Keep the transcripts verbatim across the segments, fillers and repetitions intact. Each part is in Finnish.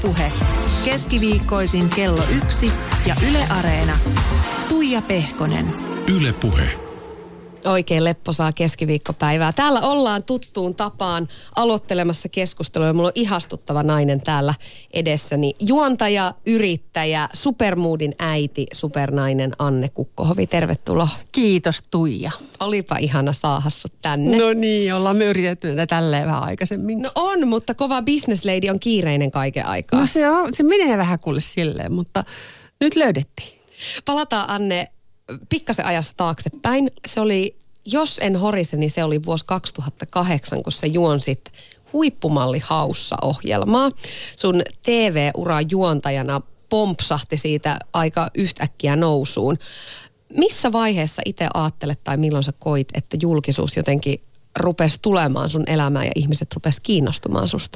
Puhe. Keskiviikkoisin kello yksi ja Yle Areena. Tuija Pehkonen. Yle Puhe. Oikein lepposaa keskiviikkopäivää. Täällä ollaan tuttuun tapaan aloittelemassa keskustelua. Mulla on ihastuttava nainen täällä edessäni. Juontaja, yrittäjä, Supermoodin äiti, supernainen Anne Kukkohovi. Tervetuloa. Kiitos Tuija. Olipa ihana saada sut tänne. No niin, ollaan me yritetty tätä tälleen vähän aikaisemmin. No on, mutta kova business lady on kiireinen kaiken aikaa. No se, on, se menee vähän kuule silleen, mutta nyt löydettiin. Palataan Anne pikkasen ajassa taaksepäin. Se oli, jos en horise, niin se oli vuosi kaksituhattakahdeksan, kun sä juonsit Huippumalli Haussa-ohjelmaa. Sun T V-ura juontajana pompsahti siitä aika yhtäkkiä nousuun. Missä vaiheessa itse ajattelet tai milloin sä koit, että julkisuus jotenkin rupesi tulemaan sun elämään ja ihmiset rupesi kiinnostumaan susta?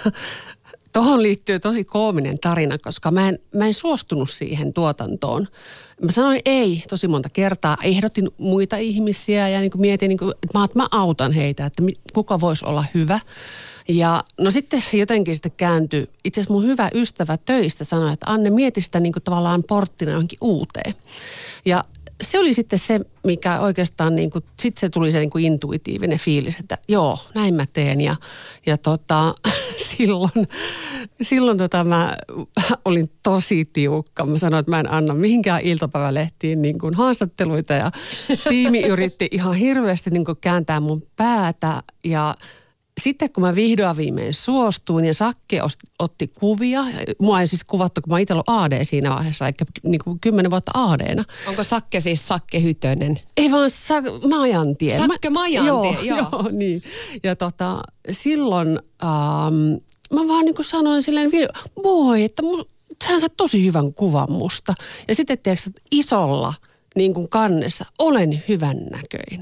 Tuohon liittyy tosi koominen tarina, koska mä en, mä en suostunut siihen tuotantoon. Mä sanoin ei tosi monta kertaa, ehdotin muita ihmisiä ja niin kuin mietin, niin kuin, että, mä, että mä autan heitä, että kuka voisi olla hyvä. Ja no sitten se jotenkin sitten kääntyi. Itse asiassa mun hyvä ystävä töistä sanoi, että Anne, mieti sitä niin kuin tavallaan porttina johonkin uuteen. Ja se oli sitten se, mikä oikeastaan niin kuin, sitten se tuli se niin kuin intuitiivinen fiilis, että joo, näin mä teen. Ja, ja tota, silloin, silloin tota mä olin tosi tiukka. Mä sanoin, että mä en anna mihinkään iltapäivälehtiin niin kuin haastatteluita ja tiimi yritti ihan hirveästi niin kuin kääntää mun päätä ja sitten kun mä vihdoin viimein suostuin ja Sakke otti kuvia, mua ei siis kuvattu, kun mä itse ollut A D siinä vaiheessa, eikä niin kuin kymmenen vuotta A D:na. Onko Sakke siis Sakke Hytönen? Ei vaan Sa- Majantie. Sakke Majantie, joo. joo. Joo, niin. Ja tota, silloin ähm, mä vaan niin kuin sanoin silleen, voi, että mun, sähän saat tosi hyvän kuvan musta. Ja sitten tiedätkö, että isolla niin kuin kannessa, olen hyvän näköinen.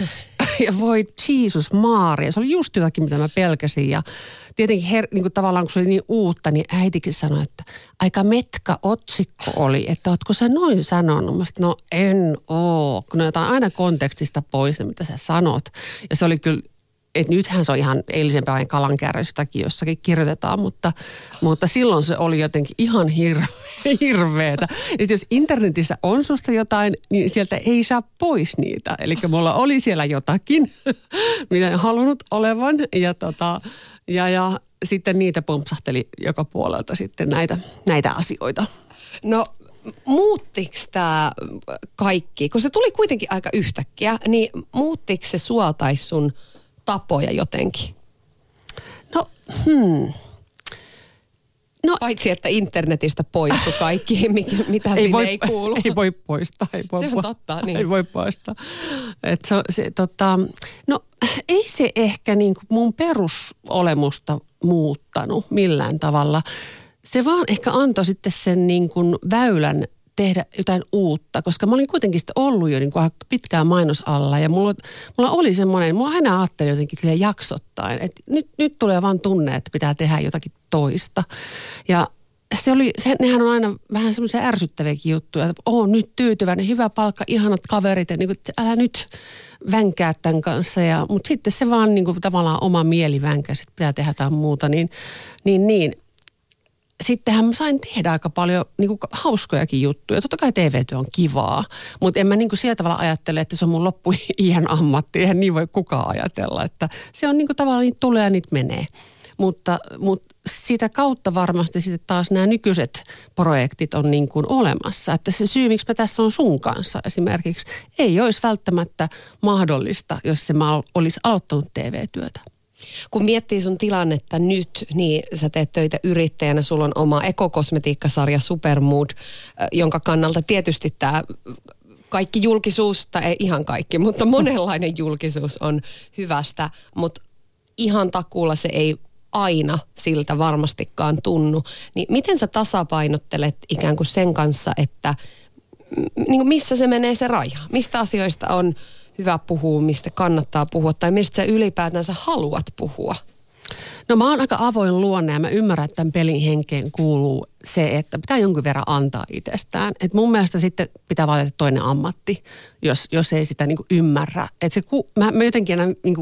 Ja voi Jeesus Maria, se oli just jotakin, mitä mä pelkäsin. Ja tietenkin her, niin kuin tavallaan, kun se oli niin uutta, niin äitikin sanoi, että aika metka otsikko oli, että ootko sä noin sanonut? Mä sanoin, no en oo, kun ne otetaan aina kontekstista pois, ne mitä sä sanot. Ja se oli kyllä, että nythän se on ihan eilisen päivän kalankääräystäkin jossakin kirjoitetaan, mutta, mutta silloin se oli jotenkin ihan hirve, hirveetä. Ja jos internetissä on susta jotain, niin sieltä ei saa pois niitä. Eli mulla oli siellä jotakin, mitä en halunnut olevan. Ja, tota, ja, ja sitten niitä pompsahteli joka puolelta sitten näitä, näitä asioita. No muuttiko tämä kaikki, kun se tuli kuitenkin aika yhtäkkiä, niin muuttiko se sua tai sun tapoja jotenkin? No, hmm. No, paitsi, että internetistä poistui kaikki, mitä ei sinne voi, ei kuulu. Ei voi poistaa. Ei voi se on po- totta, niin. Ei voi poistaa. Et se, se, tota, no, ei se ehkä niin kuin mun perusolemusta muuttanut millään tavalla. Se vaan ehkä antoi sitten sen niin kuin väylän tehdä jotain uutta, koska mä olin kuitenkin sitten ollut jo niin kuin pitkään mainosalla ja mulla, mulla oli semmoinen, mulla aina ajattelin jotenkin silleen jaksottain, että nyt, nyt tulee vaan tunne, että pitää tehdä jotakin toista. Ja se oli, se, nehän on aina vähän semmoisia ärsyttäviäkin juttuja, että oo nyt tyytyväinen, hyvä palkka, ihanat kaverit ja niin kuin, älä nyt vänkää tämän kanssa. Ja, mutta sitten se vaan niin kuin, tavallaan oma mieli vänkäsi, että pitää tehdä jotain muuta, niin niin. niin sittenhän mä sain tehdä aika paljon niin kuin hauskojakin juttuja. Totta kai T V-työ on kivaa, mutta en mä niin kuin sillä tavalla ajattele, että se on mun loppuiän ammatti. Eihän niin voi kukaan ajatella, että se on niin kuin tavallaan niitä tulee ja niitä menee. Mutta, mutta sitä kautta varmasti sitten taas nämä nykyiset projektit on niin kuin olemassa. Että se syy, miksi mä tässä on sun kanssa esimerkiksi, ei olisi välttämättä mahdollista, jos se mä olisi aloittanut T V-työtä. Kun miettii sun tilannetta nyt, niin sä teet töitä yrittäjänä, sulla on oma ekokosmetiikkasarja Supermood, jonka kannalta tietysti tämä kaikki julkisuus, tai ei ihan kaikki, mutta monenlainen julkisuus on hyvästä, mutta ihan takuulla se ei aina siltä varmastikaan tunnu. Niin miten sä tasapainottelet ikään kuin sen kanssa, että niin kuin missä se menee se raja? Mistä asioista on hyvä puhua, mistä kannattaa puhua tai mistä sä ylipäätänsä haluat puhua? No mä oon aika avoin luonne ja mä ymmärrän, että tämän pelin henkeen kuuluu se, että pitää jonkin verran antaa itsestään. Et mun mielestä sitten pitää valita toinen ammatti, jos, jos ei sitä niinku ymmärrä. Et se, mä, mä jotenkin aina niinku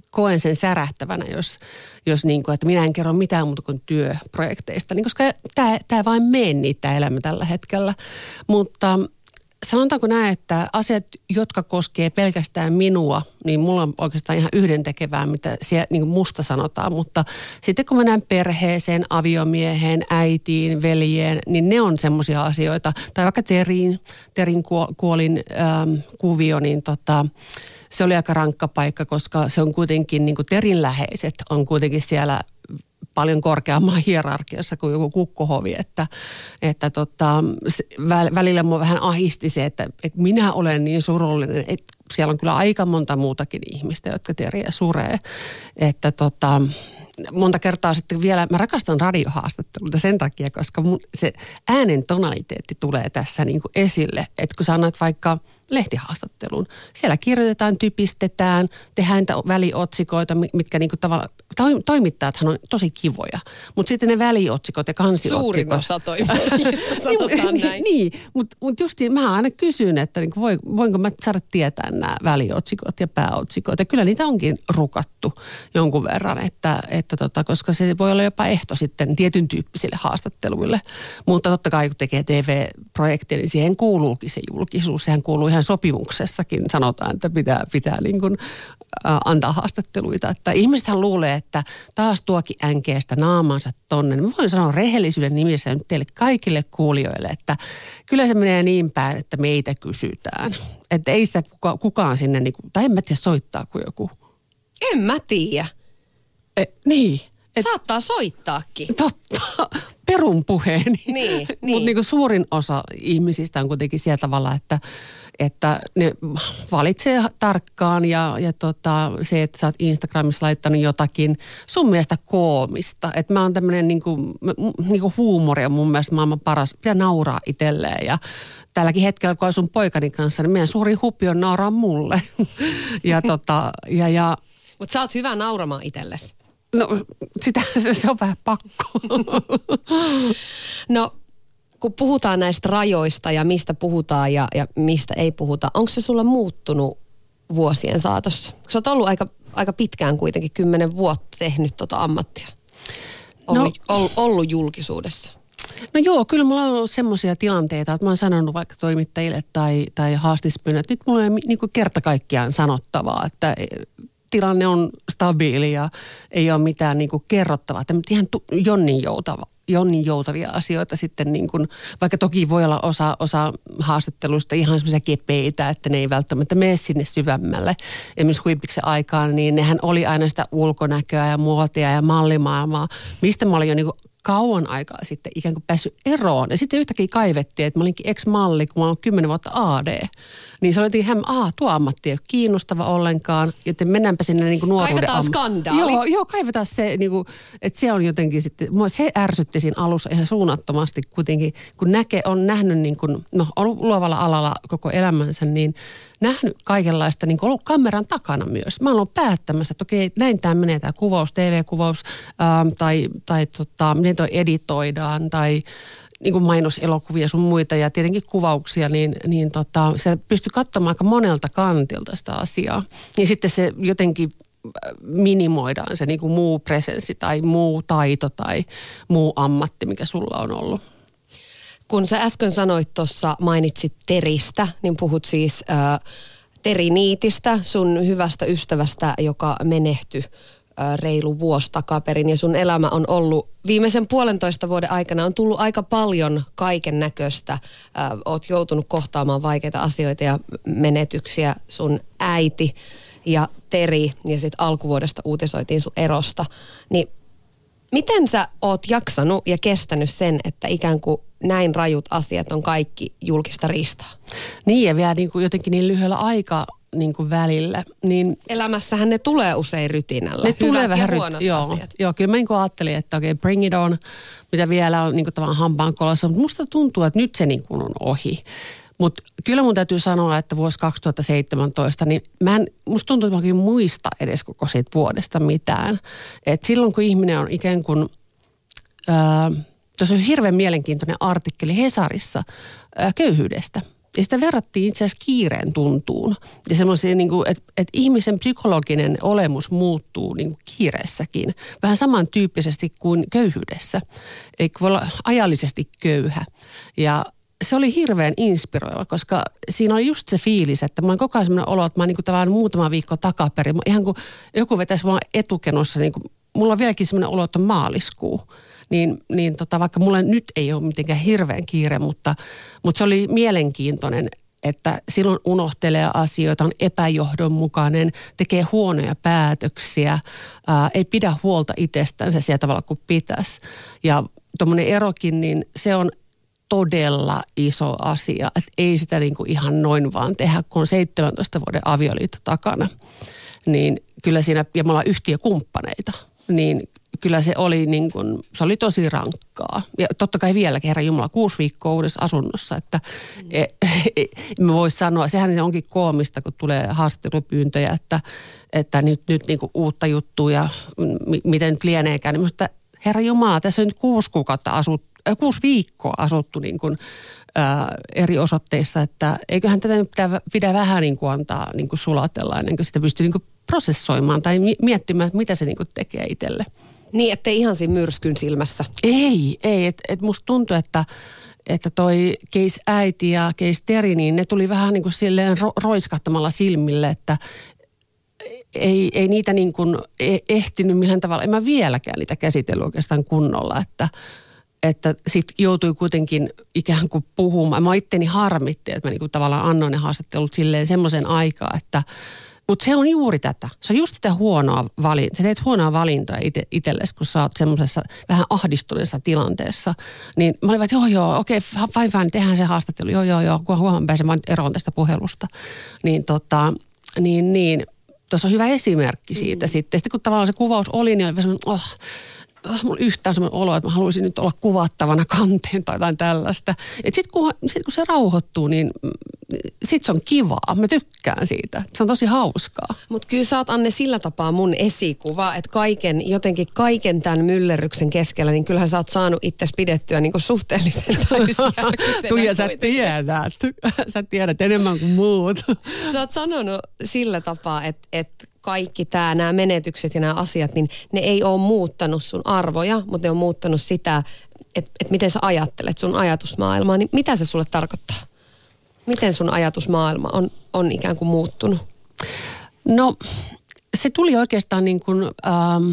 koen sen särähtävänä, jos, jos niin kuin, että minä en kerro mitään muuta kuin työprojekteista, niin koska tämä, tämä vain mene niitä elämä tällä hetkellä. Mutta sanotaanko näin, että asiat, jotka koskee pelkästään minua, niin mulla on oikeastaan ihan yhdentekevää, mitä siellä niin kuin musta sanotaan. Mutta sitten kun mennään perheeseen, aviomieheen, äitiin, veljeen, niin ne on semmoisia asioita. Tai vaikka Terin, Terin kuolin ähm, kuvio, niin tota, se oli aika rankka paikka, koska se on kuitenkin, niin kuin Terin läheiset on kuitenkin siellä paljon korkeammalla hierarkiassa kuin joku kukkohovi, että, että tota, välillä mua vähän ahisti se, että, että minä olen niin surullinen, että siellä on kyllä aika monta muutakin ihmistä, jotka Teriä suree, että tota, monta kertaa sitten vielä, mä rakastan radiohaastatteluita sen takia, koska mun, se äänen tonaliteetti tulee tässä niin kuin esille, että kun sä annat vaikka lehtihaastattelun. Siellä kirjoitetaan, typistetään, tehdään niitä väliotsikoita, mitkä niinku tavallaan, toimittajathan on tosi kivoja, mutta sitten ne väliotsikot ja kansiotsikot. Suurin osa toimittajista, sanotaan näin. Niin, mutta mut justiin mä aina kysyn, että niinku voi, voinko mä saada tietää nämä väliotsikot ja pääotsikot. Ja kyllä niitä onkin rukattu jonkun verran, että, että tota, koska se voi olla jopa ehto sitten tietyn tyyppisille haastatteluille. Mutta totta kai kun tekee T V-projektia, niin siihen kuuluukin se julkisuus, sehän kuuluu ihan sopimuksessakin sanotaan, että pitää, pitää niin kuin, ä, antaa haastatteluita. Että ihmisethän luulee, että taas tuokin änkeestä naamansa tonne. Mä voin sanoa rehellisyyden nimissä nyt teille kaikille kuulijoille, että kyllä se menee niin päin, että meitä kysytään. Että ei sitä kuka, kukaan sinne, niin kuin, tai en mä tiedä soittaa kuin joku. En mä tiedä. E, niin. Et, Saattaa soittaakin. Totta. Perun puheeni. Niin, niin. Mutta niin suurin osa ihmisistä on kuitenkin sillä tavalla, että, että ne valitsee tarkkaan ja, ja tota, se, että sä oot Instagramissa laittanut jotakin sun mielestä koomista. Että mä oon tämmöinen niinku, niinku huumori on mun mielestä maailman paras. Pitää nauraa itselleen ja tälläkin hetkellä, kun sun poikani kanssa, niin meidän suuri huppi on nauraa mulle. ja tota, ja, ja Mutta sä oot hyvä nauramaan itsellesi. No sitä, se on vähän pakko. No kun puhutaan näistä rajoista ja mistä puhutaan ja, ja mistä ei puhuta, onko se sulla muuttunut vuosien saatossa? Sä oot ollut aika, aika pitkään kuitenkin, kymmenen vuotta tehnyt tota ammattia. Ollut, no, ollut, ollut julkisuudessa. No joo, kyllä mulla on ollut semmoisia tilanteita, että mä oon sanonut vaikka toimittajille tai, tai haastispyynnöille, että nyt mulla ei ole niin kuin kerta kaikkiaan sanottavaa, että tilanne on stabiili ja ei ole mitään niin kuin kerrottavaa. Tämä ihan jonnin joutava. jonnin joutavia asioita sitten niin kuin, vaikka toki voi olla osa, osa haastatteluista ihan semmoisia kepeitä, että ne ei välttämättä mene sinne syvemmälle. Esimerkiksi Huipiksen aikaan, niin nehän oli aina sitä ulkonäköä ja muotia ja mallimaailmaa, mistä mä olin jo niin kuin kauan aikaa sitten ikään kuin päässyt eroon. Ja sitten yhtäkkiä kaivettiin, että mä olinkin ex-malli, kun mä olen kymmenen vuotta A D. Niin se oli jotenkin, aah, tuo ammatti ei ole kiinnostava ollenkaan, joten mennäänpä sinne niin kuin nuoruuden... Kaivetaan am- skandaali. Joo, joo, kaivetaan se, niin kuin, että se on jotenkin sitten, se ärsytti siinä alussa ihan suunnattomasti kuitenkin, kun näkee, on nähnyt niin kuin, no ollut luovalla alalla koko elämänsä, niin nähnyt kaikenlaista, niin kuin ollut kameran takana myös. Mä olen päättämässä, että okei, näin tämä menee tämä kuvaus, T V-kuvaus, ähm, tai, tai tota, miten toi editoidaan, tai niin kuin mainoselokuvia sun muita ja tietenkin kuvauksia, niin, niin tota, se pystyy katsomaan aika monelta kantilta sitä asiaa. Ja sitten se jotenkin minimoidaan se niin kuin muu presenssi tai muu taito tai muu ammatti, mikä sulla on ollut. Kun sä äsken sanoit tuossa, mainitsit Teristä, niin puhut siis äh, Teri Niitistä, sun hyvästä ystävästä, joka menehtyi äh, reilu vuosi takaperin. Ja sun elämä on ollut viimeisen puolentoista vuoden aikana, on tullut aika paljon kaiken näköistä. Äh, oot joutunut kohtaamaan vaikeita asioita ja menetyksiä. Sun äiti ja Teri ja sitten alkuvuodesta uutisoitiin sun erosta. Niin miten sä oot jaksanut ja kestänyt sen, että ikään kuin näin rajut asiat on kaikki julkista riistaa? Niin ja vielä niin kuin jotenkin niin lyhyellä aika niin kuin välillä. Niin elämässähän ne tulee usein rytinällä. Ne tulee hyvät vähän ja huonot ryt- joo, asiat. Joo, kyllä mä niin kuin ajattelin, että okei, okay, bring it on, mitä vielä on niin kuin tavallaan hampaankolossa. Mutta musta tuntuu, että nyt se niin kuin on ohi. Mutta kyllä mun täytyy sanoa, että vuosi kaksituhattaseitsemäntoista, niin mä en, musta tuntuu, että mä en muista edes koko siitä vuodesta mitään. Et silloin kun ihminen on ikään kuin, ää, tuossa on hirveän mielenkiintoinen artikkeli Hesarissa ää, köyhyydestä. Ja sitä verrattiin itse asiassa kiireen tuntuun. Ja semmoisia, niin kuin, että, että ihmisen psykologinen olemus muuttuu niin kuin kiireessäkin. Vähän samantyyppisesti kuin köyhyydessä. Eikä voi olla ajallisesti köyhä. Ja se oli hirveän inspiroiva, koska siinä oli just se fiilis, että mulla on koko ajan sellainen olo, että mä oon niin kuin tavallaan muutama viikko takaperin. Ihan kuin joku vetäisi mua etukenossa, niin kuin, mulla on vieläkin sellainen olo, että on maaliskuu. Niin, niin tota, vaikka mulla nyt ei ole mitenkään hirveän kiire, mutta, mutta se oli mielenkiintoinen, että silloin unohtelee asioita, on epäjohdonmukainen, tekee huonoja päätöksiä, ää, ei pidä huolta itsestänsä sillä tavalla kuin pitäisi. Ja tuommoinen erokin, niin se on todella iso asia, että ei sitä niin kuin ihan noin vaan tehdä, kun on seitsemäntoista vuoden avioliitto takana. Niin kyllä siinä, ja me ollaan yhtiökumppaneita, niin kyllä se oli, niin kuin, se oli tosi rankkaa. Ja totta kai vieläkin, Herra Jumala, kuusi viikkoa uudessa asunnossa, että mm. e, e, me vois sanoa, sehän onkin koomista, kun tulee haastattelupyyntöjä, että, että nyt, nyt niin kuin uutta juttua ja m- miten nyt lieneekään. Niin minusta, Herra Jumala, tässä on nyt kuusi kuukautta asuttu, äh, kuusi viikkoa asuttu niin kuin, äh, eri osoitteissa, että eiköhän tätä nyt pidä, pidä vähän niin kuin antaa niin kuin sulatella ennen kuin sitä pystyy niin kuin prosessoimaan tai miettimään, että mitä se niin kuin tekee itselle. Niin, ettei ihan siinä myrskyn silmässä. Ei, ei. Että et musta tuntuu, että, että toi case äiti ja case Teri, niin ne tuli vähän niin kuin silleen ro- roiskahtamalla silmille, että ei, ei niitä niin kuin ehtinyt millään tavalla. En mä vieläkään niitä käsitellyt oikeastaan kunnolla, että että sitten joutui kuitenkin ikään kuin puhumaan. Mä itteni harmitti, että mä niin kuin tavallaan annoin ne haastattelut silleen semmoisen aikaa, että mutta se on juuri tätä. Se on just sitä huonoa valintaa. Sä teet huonoa valintoja ite, itsellesi, kun sä oot semmoisessa vähän ahdistuneessa tilanteessa. Niin mä olin, että joo, joo, okei, vain vain, tehdään se haastattelu. Joo, joo, joo, kun huomaan pääsen vain eroon tästä puhelusta. Niin tota, niin, niin. Tuossa on hyvä esimerkki siitä mm. sitten. Sitten kun tavallaan se kuvaus oli, niin oli semmoinen, oh, oh, mulla yhtään semmoinen olo, että mä haluaisin nyt olla kuvattavana kanteen tai jotain tällaista. Että sitten kun, sit kun se rauhoittuu, niin sitten se on kivaa. Mä tykkään siitä. Se on tosi hauskaa. Mutta kyllä sä oot, Anne, sillä tapaa mun esikuva, että kaiken, jotenkin kaiken tämän myllerryksen keskellä, niin kyllähän sä oot saanut itsesi pidettyä niin kuin suhteellisen täysjärkisenä. Tuija, sä tiedät. Sä tiedät enemmän kuin muut. Sä oot sanonut sillä tapaa, että, että kaikki tämä, nämä menetykset ja nämä asiat, niin ne ei ole muuttanut sun arvoja, mutta ne on muuttanut sitä, että, että miten sä ajattelet sun ajatusmaailmaa. Niin mitä se sulle tarkoittaa? Miten sun ajatusmaailma on, on ikään kuin muuttunut? No, se tuli oikeastaan niin kuin, ähm,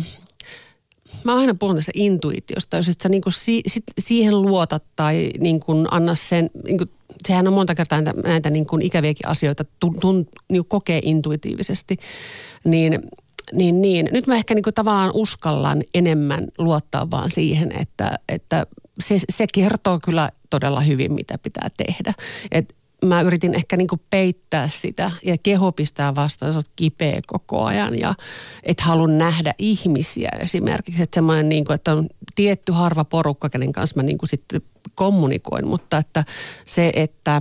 mä aina puhun tästä intuitiosta, jos et sä niin kuin si, sit, siihen luotat tai niin kuin anna sen, niin kuin, sehän on monta kertaa näitä, näitä niin kuin ikäviäkin asioita tun, tun, niin kuin kokee intuitiivisesti, niin, niin, niin nyt mä ehkä niin kuin tavallaan uskallan enemmän luottaa vaan siihen, että, että se, se kertoo kyllä todella hyvin, mitä pitää tehdä. Et mä yritin ehkä niinku peittää sitä ja keho pistää vastaan, että olet kipeä koko ajan ja et halua nähdä ihmisiä esimerkiksi. Että semmoinen, niinku, että on tietty harva porukka, kenen kanssa mä niinku sitten kommunikoin, mutta että se, että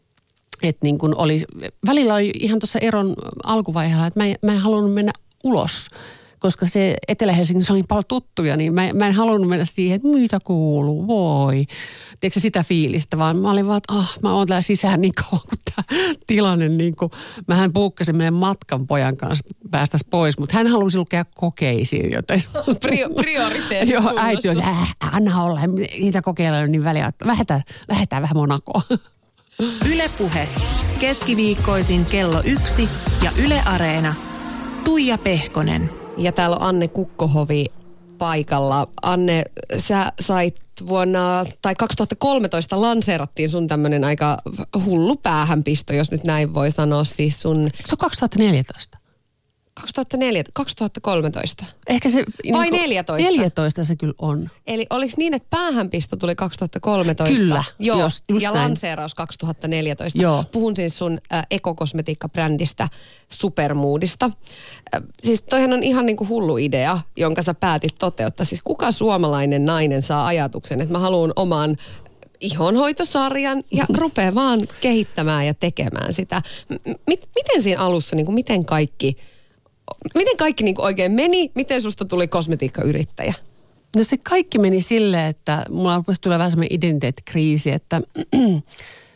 et niinku oli, välillä oli ihan tuossa eron alkuvaiheella, että mä en, mä en halunnut mennä ulos, koska se Etelä-Helsingissä oli paljon tuttuja, niin mä, mä en halunnut mennä siihen, että mitä kuuluu, voi. Tiedätkö sitä fiilistä, vaan mä olin vaan, että ah, mä oon täällä sisään niin kauan kuin tämä tilanne, niin kuin, mähän puukkasin meidän matkan pojan kanssa päästäisiin pois, mutta hän halusi lukea kokeisiin, joten Prio, prioriteetti. Joo, äiti on se, äh, anna olla, niitä kokeilla niin väliä, että lähdetään, lähdetään vähän Monakoon. Yle Puhe, keskiviikkoisin kello yksi ja Yle Areena. Tuija Pehkonen. Ja täällä on Anne Kukkohovi paikalla. Anne, sä sait vuonna, tai kaksituhattakolmetoista lanseerattiin sun tämmönen aika hullu päähänpisto, jos nyt näin voi sanoa. Siis sun... Se on kaksituhattaneljätoista. kaksituhattaneljä, kaksituhattakolmetoista. Ehkä se... Vai niin neljätoista? neljätoista se kyllä on. Eli oliko niin, että päähänpisto tuli kaksituhattakolmetoista? Kyllä. Joo, just, just ja näin. lanseeraus kaksituhattaneljätoista. Joo. Puhun siis sun äh, ekokosmetiikkabrändistä Supermoodista. Äh, siis toihan on ihan niinku hullu idea, jonka sä päätit toteuttaa. Siis kuka suomalainen nainen saa ajatuksen, että mä haluan oman ihonhoitosarjan ja rupeaa vaan kehittämään ja tekemään sitä. M- miten siinä alussa, niin kuin miten kaikki... Miten kaikki niin kuin oikein meni? Miten susta tuli kosmetiikkayrittäjä? No se kaikki meni silleen, että mulla rupesi tulla vähän semmoinen identiteettikriisi, että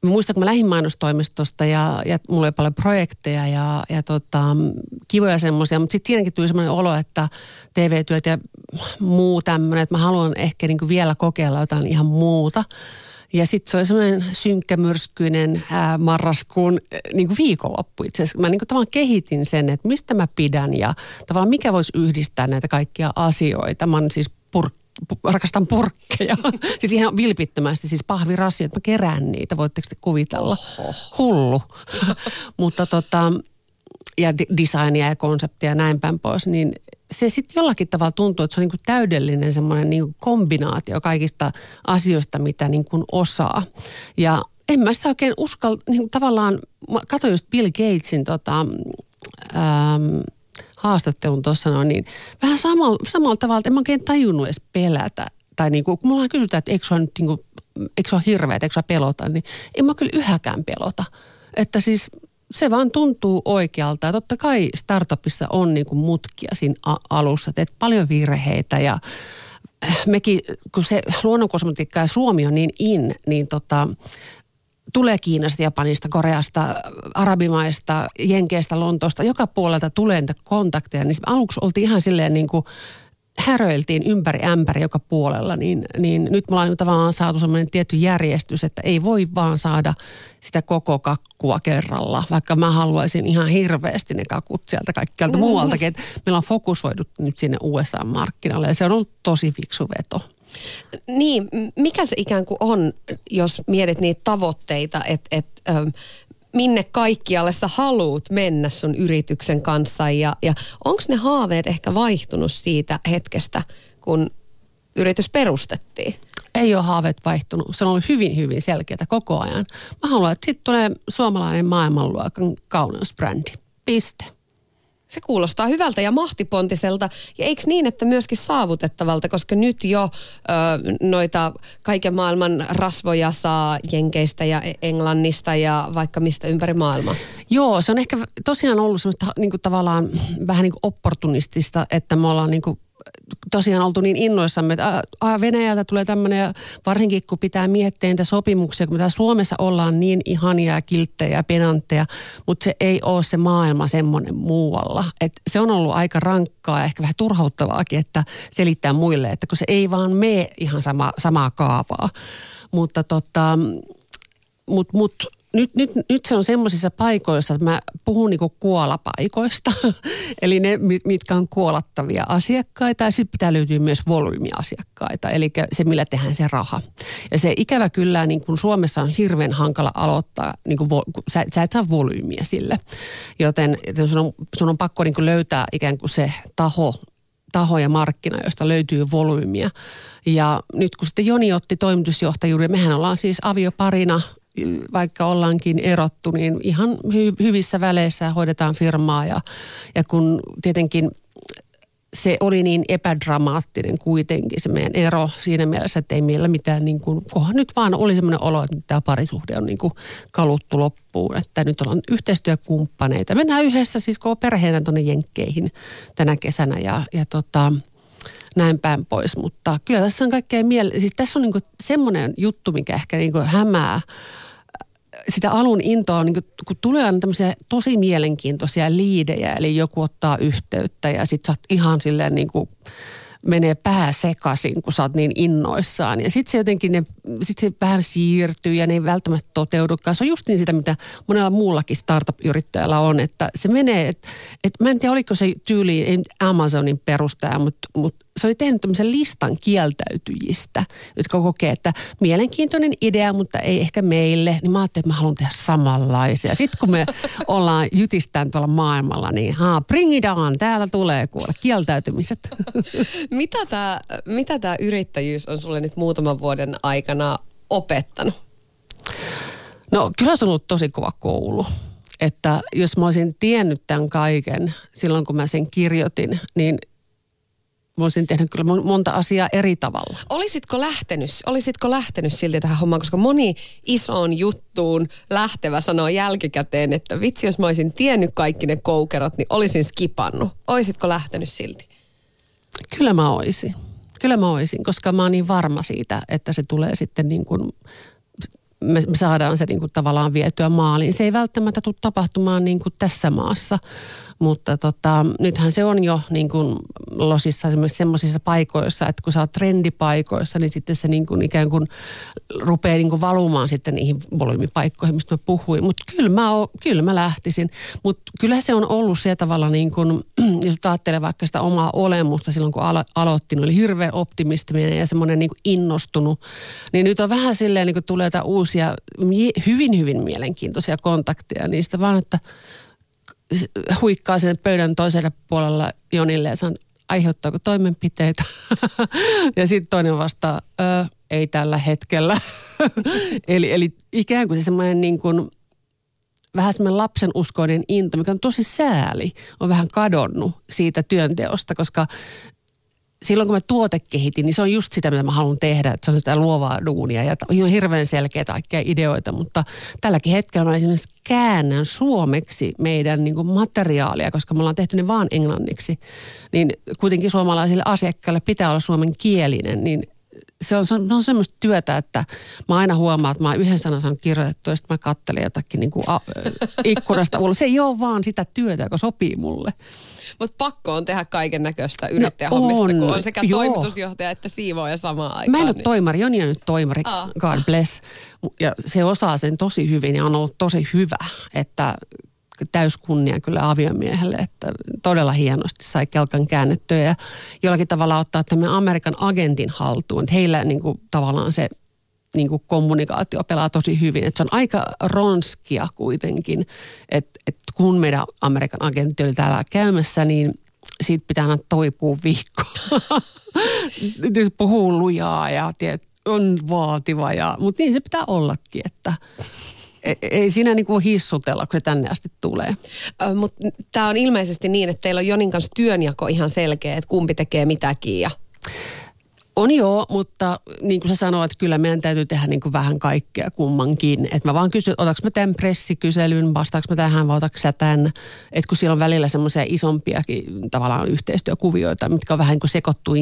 mä muistan, kun mä lähdin mainostoimistosta ja, ja mulla oli paljon projekteja ja, ja tota, kivoja semmoisia, mutta sitten siinäkin tuli semmoinen olo, että T V-työt ja muu tämmöinen, että mä haluan ehkä niin kuin vielä kokeilla jotain ihan muuta. Ja sitten se oli semmoinen synkkämyrskyinen ää, marraskuun ää, niin kuin viikonloppu itse asiassa. Mä niin kuin tavallaan kehitin sen, että mistä mä pidän ja tavallaan mikä voisi yhdistää näitä kaikkia asioita. Mä oon siis purkki. Rakastan purkkeja. Siis ihan vilpittömästi, siis pahvirasioita. Mä kerään niitä, voitteko te kuvitella? Oho. Hullu. Mutta tota, ja designia ja konseptia ja näin päin pois, niin se sitten jollakin tavalla tuntuu, että se on niinku täydellinen semmoinen niinku kombinaatio kaikista asioista, mitä niinku osaa. Ja en mä sitä oikein uskalla, niinku tavallaan, mä katsoin just Bill Gatesin tota, ähm, haastattelun tuossa noin, niin vähän samalla, samalla tavalla, että en mä oikein tajunnut edes pelätä. Tai niin kuin, kun mulla kysytään, että eikö se ole, niin kuin, eikö se ole hirveä, eikö se pelota, niin en mä kyllä yhäkään pelota. Että siis se vaan tuntuu oikealta. Ja totta kai startupissa on niin kuin mutkia siinä a- alussa, että paljon virheitä ja mekin, kun se luonnonkosmetiikka ja Suomi on niin in, niin tota, tulee Kiinasta, Japanista, Koreasta, Arabimaista, Jenkeistä, Lontoosta, joka puolelta tulee niitä kontakteja. Niin aluksi oltiin ihan silleen niin kuin häröiltiin ympäri ämpäri joka puolella, niin, niin nyt me ollaan tavallaan saatu semmoinen tietty järjestys, että ei voi vaan saada sitä koko kakkua kerralla, vaikka mä haluaisin ihan hirveästi ne kakut sieltä kaikkialta muualtakin. Että meillä on fokusoidut nyt sinne U S A-markkinalle ja se on ollut tosi fiksu veto. Niin, mikä se ikään kuin on, jos mietit niitä tavoitteita, että et, ähm, minne kaikkialle sä haluut mennä sun yrityksen kanssa ja, ja onko ne haaveet ehkä vaihtunut siitä hetkestä, kun yritys perustettiin? Ei ole haaveet vaihtunut. Se on ollut hyvin, hyvin selkeää koko ajan. Mä haluan, että sitten tulee suomalainen maailmanluokan kauneusbrändi. Piste. Se kuulostaa hyvältä ja mahtipontiselta ja eikö niin, että myöskin saavutettavalta, koska nyt jo ö, noita kaiken maailman rasvoja saa Jenkeistä ja Englannista ja vaikka mistä ympäri maailmaa. Joo, se on ehkä tosiaan ollut semmoista niin kuin tavallaan vähän niin kuin opportunistista, että me ollaan niin kuin tosiaan oltu niin innoissamme, että a, Venäjältä tulee tämmöinen, ja varsinkin kun pitää miettiä niitä sopimuksia, kun me Suomessa ollaan niin ihania, kilttejä ja penantteja, mutta se ei ole se maailma semmoinen muualla. Et se on ollut aika rankkaa ja ehkä vähän turhauttavaakin, että selittää muille, että kun se ei vaan mene ihan sama, samaa kaavaa. Mutta tota, mut, mut, Nyt, nyt, nyt se on semmoisissa paikoissa, että mä puhun niinku kuolapaikoista, eli ne, mitkä on kuolattavia asiakkaita, ja sitten pitää löytyä myös volyymiasiakkaita, eli se, millä tehdään se raha. Ja se ikävä kyllä, niin kuin Suomessa on hirveän hankala aloittaa, niin kuin, sä, sä et saa volyymiä sille, joten sun on, sun on pakko niin kuin löytää ikään kuin se taho, taho ja markkina, josta löytyy volyymiä. Ja nyt kun sitten Joni otti toimitusjohtajuuden, mehän ollaan siis avioparina, vaikka ollaankin erottu, niin ihan hy- hyvissä väleissä hoidetaan firmaa ja, ja kun tietenkin se oli niin epädramaattinen kuitenkin se meidän ero siinä mielessä, että ei meillä mitään niin kuin, kohan nyt vaan oli semmoinen olo, että tämä parisuhde on niin kuin kaluttu loppuun, että nyt ollaan yhteistyökumppaneita. Mennään yhdessä siis koko perheenä tuonne Jenkkeihin tänä kesänä ja, ja tota, näin päin pois, mutta kyllä tässä on kaikkea miele- siis tässä on niin kuin semmoinen juttu, mikä ehkä niin kuin hämää sitä alun intoa, niin kun tulee aina tämmöisiä tosi mielenkiintoisia liidejä, eli joku ottaa yhteyttä ja sit sä oot ihan silleen niin kuin menee pää sekaisin, kun sä oot niin innoissaan. Ja sitten se jotenkin, ne, sit se vähän siirtyy ja ne ei välttämättä toteudukaan. Se on just niin sitä, mitä monella muullakin startup-yrittäjällä on, että se menee, että et, mä en tiedä, oliko se tyyli ei Amazonin perustaja, mutta mut se oli tehnyt tämmöisen listan kieltäytyjistä, jotka kokee, että mielenkiintoinen idea, mutta ei ehkä meille. Niin mä ajattelin, että mä haluan tehdä samanlaisia. Sitten kun me ollaan jytistään tuolla maailmalla, niin haa, bring it on, täällä tulee kuule kieltäytymiset. Mitä tämä mitä tää yrittäjyys on sulle nyt muutaman vuoden aikana opettanut? No kyllä se on ollut tosi kova koulu. Että jos mä olisin tiennyt tämän kaiken silloin, kun mä sen kirjoitin, niin mä olisin tehnyt kyllä monta asiaa eri tavalla. Olisitko lähtenyt, olisitko lähtenyt silti tähän hommaan, koska moni isoon juttuun lähtevä sanoo jälkikäteen, että vitsi, jos mä olisin tiennyt kaikki ne koukerot, niin olisin skipannut. Olisitko lähtenyt silti? Kyllä mä oisin. Kyllä mä oisin, koska mä oon niin varma siitä, että se tulee sitten niin kuin, me, me saadaan se niin kuin tavallaan vietyä maaliin. Se ei välttämättä tule tapahtumaan niin kuin tässä maassa, mutta tota, nythän se on jo niin kuin losissa esimerkiksi semmoisissa paikoissa, että kun sä oot trendipaikoissa, niin sitten se niin kuin ikään kuin rupeaa niin kuin valumaan sitten niihin volyymipaikkoihin, mistä mä puhuin. Mutta kyllä mä, o, kyllä mä lähtisin. Mutta kyllä se on ollut se tavalla niin kuin, jos ajattelee vaikka sitä omaa olemusta silloin, kun alo, aloitti, niin oli hirveän optimistinen ja semmoinen niin kuin innostunut. Niin nyt on vähän silleen, niin kuin tulee jotain uusia, hyvin, hyvin mielenkiintoisia kontakteja niistä, vaan että huikkaa sen pöydän toisella puolella Jonille ja sanoo, aiheuttaako toimenpiteitä? Ja sitten toinen vastaa, ö, ei tällä hetkellä. eli, eli ikään kuin se semmoinen niin kuin, vähän semmoinen lapsen uskoinen into, mikä on tosi sääli, on vähän kadonnut siitä työnteosta, koska silloin kun mä tuotekehitin, niin se on just sitä, mitä mä haluan tehdä. Että se on sitä luovaa duunia ja on hirveän selkeitä kaikkia ideoita, mutta tälläkin hetkellä mä esimerkiksi käännän suomeksi meidän niin kuin materiaalia, koska me ollaan tehty ne vaan englanniksi. Niin kuitenkin suomalaisille asiakkaille pitää olla suomenkielinen, niin se on, se on semmoista työtä, että mä aina huomaan, että mä oon yhden sanan saanut kirjoitettua ja sitten mä katselen jotakin niin kuin a, ikkunasta ulos. Se ei ole vaan sitä työtä, joka sopii mulle. Mutta pakko on tehdä kaiken näköistä yrittäjähommissa, no kun on sekä joo. toimitusjohtaja että siivooja samaan aikaan. Mä en ole niin. toimari, Joni on nyt toimari, Aa. God bless. Ja se osaa sen tosi hyvin ja on ollut tosi hyvä, että täyskunnia kyllä aviomiehelle, että todella hienosti sai kelkan käännettyä ja jollakin tavalla ottaa tämän Amerikan agentin haltuun. Että heillä niin kuin, tavallaan se niin kuin kommunikaatio pelaa tosi hyvin. Että se on aika ronskia kuitenkin, että, että kun meidän Amerikan agentti oli täällä käymässä, niin siitä pitää aina toipua viikkoa. Puhuu lujaa ja tiedät, on vaativa, ja, mutta niin se pitää ollakin, että ei siinä niin kuin hissutella, kun se tänne asti tulee. Mutta tämä on ilmeisesti niin, että teillä on Jonin kanssa työnjako ihan selkeä, että kumpi tekee mitäkin ja... On joo, mutta niin kuin sä sanoit, että kyllä meidän täytyy tehdä niin kuin vähän kaikkea kummankin. Että mä vaan kysyn, otaks mä tämän pressikyselyn, vastaaks mä tähän vai otaks sä tämän. Että kun siellä on välillä semmoisia isompiakin tavallaan yhteistyökuvioita, mitkä on vähän niin kuin sekoittuu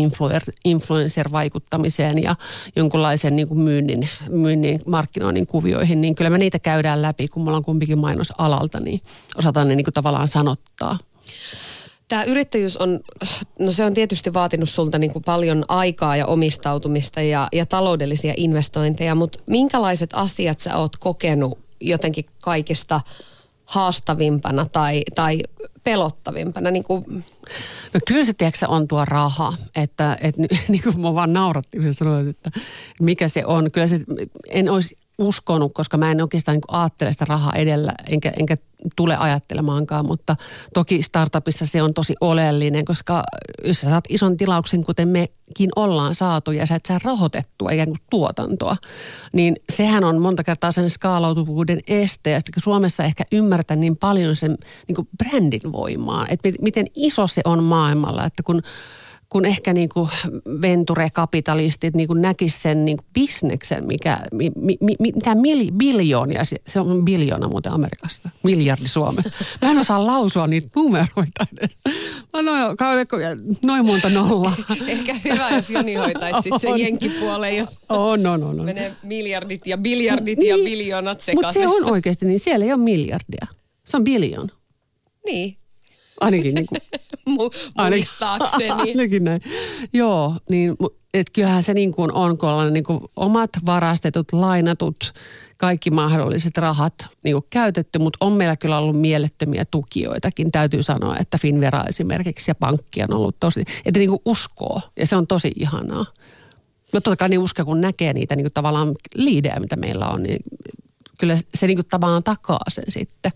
influencer-vaikuttamiseen ja jonkunlaisen niin kuin myynnin, myynnin, markkinoinnin kuvioihin, niin kyllä me niitä käydään läpi, kun me ollaan kumpikin mainosalalta, niin osataan ne niin kuin tavallaan sanottaa. Tämä yrittäjyys on, no se on tietysti vaatinut sulta niin kuin paljon aikaa ja omistautumista ja, ja taloudellisia investointeja, mutta minkälaiset asiat sä oot kokenut jotenkin kaikista haastavimpana tai, tai pelottavimpana? Niin kuin... No kyllä se, tiedätkö, on tuo raha, että, että niin kuin mä vaan naurattiin, kun sanoin, että mikä se on. Kyllä se, en olisi uskonut, koska mä en oikeastaan niin kuin ajattele sitä rahaa edellä, enkä, enkä tule ajattelemaankaan, mutta toki startupissa se on tosi oleellinen, koska jos sä saat ison tilauksen, kuten mekin ollaan saatu, ja sä et saa rahoitettua ikään kuin tuotantoa, niin sehän on monta kertaa sen skaalautuvuuden este, ja sitten Suomessa ehkä ymmärtää niin paljon sen niin kuin brändin voimaa, että miten iso se on maailmalla, että kun kun ehkä niin kuin venture-kapitalistit niin kuin näkisivät sen niin kuin bisneksen, mikä, mi, mi, mitä mil, biljoonia, se on biljoona muuten Amerikasta, miljardi Suomea. Mä en osaa lausua niitä numeroita edes. Mä noin, noin monta nollaa. Ehkä hyvä, jos Joni hoitaisi sitten sen jenkkipuoleen, jos on, on, on, on. menee miljardit ja biljardit niin, ja biljoonat sekaisin. Mutta se on oikeasti niin, siellä ei ole miljardia. Se on biljoon. Niin. Ainakin niin kuin. Muistaakseni. Ainakin näin. Joo, niin että kyllähän se niin kuin on, kun ollaan niin kuin omat varastetut, lainatut, kaikki mahdolliset rahat niin kuin käytetty, mutta on meillä kyllä ollut mielettömiä tukijoitakin. Täytyy sanoa, että Finvera esimerkiksi ja pankki on ollut tosi, että niin kuin uskoo ja se on tosi ihanaa. No totta kai niin uskoo, kun näkee niitä niin kuin tavallaan liidejä, mitä meillä on, niin kyllä se niin kuin tavallaan takaa sen sitten.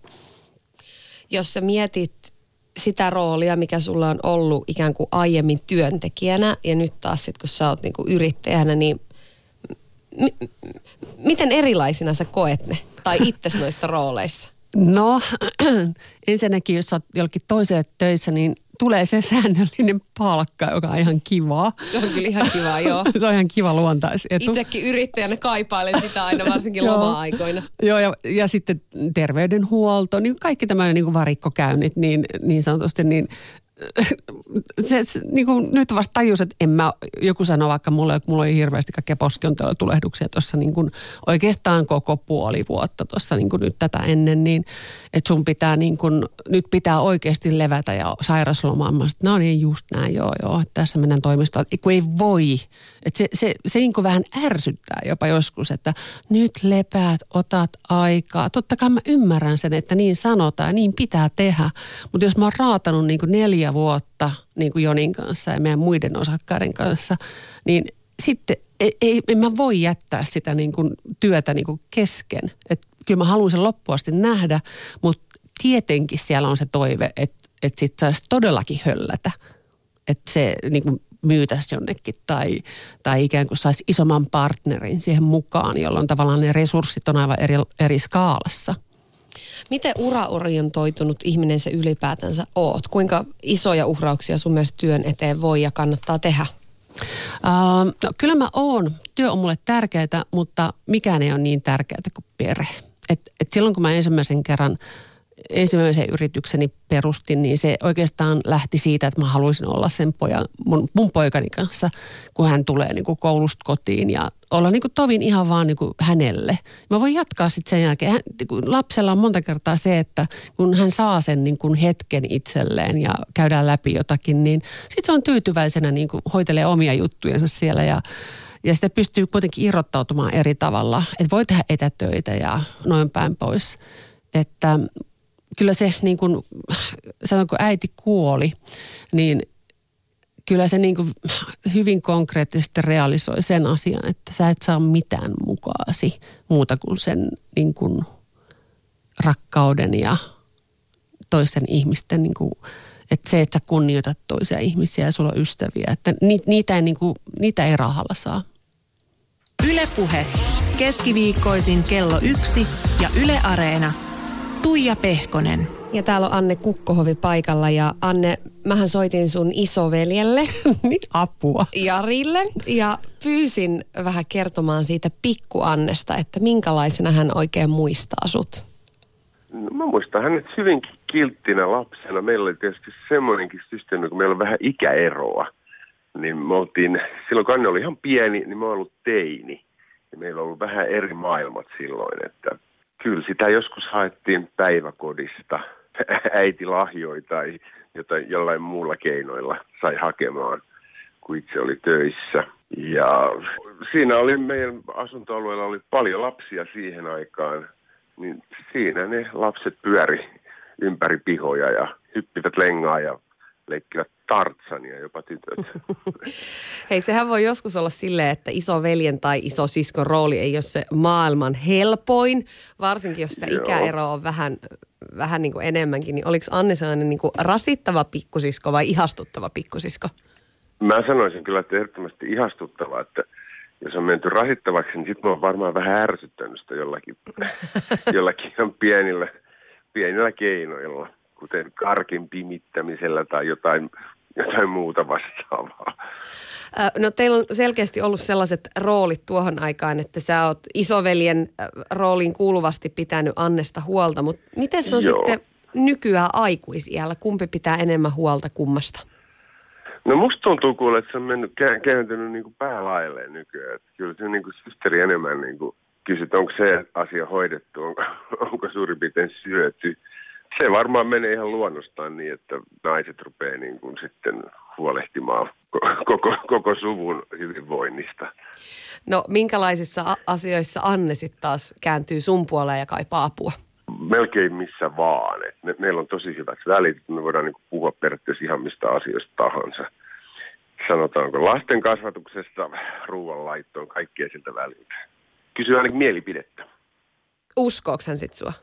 Jos sä mietit sitä roolia, mikä sulla on ollut ikään kuin aiemmin työntekijänä ja nyt taas sit, kun sä oot niinku yrittäjänä, niin m- miten erilaisina sä koet ne? Tai itses noissa rooleissa? No ensinnäkin, jos sä oot jollekin toiselle töissä, niin tulee se säännöllinen palkka, joka on ihan kivaa. Se on kyllä ihan kivaa, joo. Se on ihan kiva luontaisetu. Itsekin yrittäjänä kaipailen sitä aina, varsinkin loma-aikoina. Joo, ja, ja sitten terveydenhuolto, niin kaikki tämmöinen niin kuin varikkokäynnit, niin, niin sanotusti, niin se, se niin kuin nyt vasta tajus, että en mä, joku sanoi vaikka mulle, että mulla oli hirveästi kaikkea poskiontelutulehduksia tuossa niin kuin oikeastaan koko puoli vuotta tuossa niin kuin nyt tätä ennen, niin että sun pitää niin kuin, nyt pitää oikeasti levätä ja sairaslomaan. Mä sanoin, no niin just näin, joo joo, että tässä mennään toimistoon, kun ei voi. Että se, se, se niin kuin vähän ärsyttää jopa joskus, että nyt lepäät, otat aikaa. Totta kai mä ymmärrän sen, että niin sanotaan ja niin pitää tehdä, mutta jos mä oon raatanut niin kuin neljä vuotta niin kuin Jonin kanssa ja meidän muiden osakkaiden kanssa, niin sitten ei, ei, en mä voi jättää sitä niin kuin työtä niin kuin kesken. Et kyllä mä haluan sen loppuun asti nähdä, mutta tietenkin siellä on se toive, että, että sit saisi todellakin höllätä. Että se niin kuin myytäisi jonnekin tai, tai ikään kuin saisi isomman partnerin siihen mukaan, jolloin tavallaan ne resurssit on aivan eri, eri skaalassa. Miten uraorientoitunut ihminen se ylipäätänsä oot? Kuinka isoja uhrauksia sun mielestä työn eteen voi ja kannattaa tehdä? Uh, no, kyllä mä oon. Työ on mulle tärkeää, mutta mikään ei ole niin tärkeää kuin perhe. Et, et silloin kun mä ensimmäisen kerran ensimmäisen yritykseni perustin, niin se oikeastaan lähti siitä, että mä haluaisin olla sen pojan, mun, mun poikani kanssa, kun hän tulee niin kuin koulusta kotiin ja olla niin kuin tovin ihan vaan niin kuin hänelle. Mä voin jatkaa sitten sen jälkeen. Hän, lapsella on monta kertaa se, että kun hän saa sen niin kuin hetken itselleen ja käydään läpi jotakin, niin sitten se on tyytyväisenä niin kuin hoitelee omia juttujensa siellä ja Ja sitä pystyy kuitenkin irrottautumaan eri tavalla, että voi tehdä etätöitä ja noin päin pois. Että kyllä se niin kuin, sanonko äiti kuoli, niin kyllä se niin kuin hyvin konkreettisesti realisoi sen asian, että sä et saa mitään mukaasi muuta kuin sen niin kuin rakkauden ja toisten ihmisten, niin kuin, että se, että sä kunnioitat toisia ihmisiä ja sulla on ystäviä, että niitä ei, niin kuin, niitä ei rahalla saa. Yle Puhe. Keskiviikkoisin kello yksi ja Yle Areena. Tuija Pehkonen. Ja täällä on Anne Kukkohovi paikalla ja Anne, mähän soitin sun isoveljelle. Niin, apua. Jarille ja pyysin vähän kertomaan siitä pikku Annesta, että minkälaisena hän oikein muistaa sut. No, mä muistan hänet hyvinkin kilttinä lapsena. Meillä oli tietysti semmoinenkin systeemi, kun meillä on vähän ikäeroa. Niin me oltiin, silloin kun Anne oli ihan pieni, niin mä oon ollut teini. Ja meillä on ollut vähän eri maailmat silloin, että kyllä sitä joskus haettiin päiväkodista. Äiti lahjoi tai jotain, jollain muulla keinoilla sai hakemaan, kun itse oli töissä. Ja siinä oli, meidän asuntoalueella oli paljon lapsia siihen aikaan. Niin siinä ne lapset pyöri ympäri pihoja ja hyppivät lengaa ja leikkivät Tartsania, jopa tytöt. Hei, sehän voi joskus olla silleen, että isoveljen tai isosiskon rooli ei ole se maailman helpoin, varsinkin jos se ikäero on vähän, vähän niin kuin enemmänkin. Niin oliko Anne sellainen niin kuin rasittava pikkusisko vai ihastuttava pikkusisko? Mä sanoisin kyllä, että ehdottomasti ihastuttava, että jos on menty rasittavaksi, niin sitten mä oon varmaan vähän ärsyttänyt sitä jollakin, jollakin ihan pienillä, pienillä keinoilla, kuten karkin pimittämisellä tai jotain, jotain muuta vastaavaa. No teillä on selkeästi ollut sellaiset roolit tuohon aikaan, että sä oot isoveljen rooliin kuuluvasti pitänyt Annesta huolta, mutta miten se on Joo. sitten nykyään aikuisiällä? Kumpi pitää enemmän huolta kummasta? No musta tuntuu kuule, että se on mennyt, kääntynyt niin kuin päälailleen nykyään. Että kyllä se niin kuin systeri enemmän niin kuin kysyt, onko se asia hoidettu, onko, onko suurin piirtein syöty. Se varmaan menee ihan luonnostaan niin, että naiset rupeaa niin kuin sitten huolehtimaan koko, koko suvun hyvinvoinnista. No minkälaisissa asioissa Anne sitten taas kääntyy sun puoleen ja kaipaa apua? Melkein missä vaan. Me, meillä on tosi hyvät välit, me voidaan niin kuin puhua periaatteessa ihan mistä asioista tahansa. Sanotaanko lasten kasvatuksesta, ruoanlaittoon, kaikkea siltä väliltä. Kysyy ainakin mielipidettä. Uskooko hän sit sua?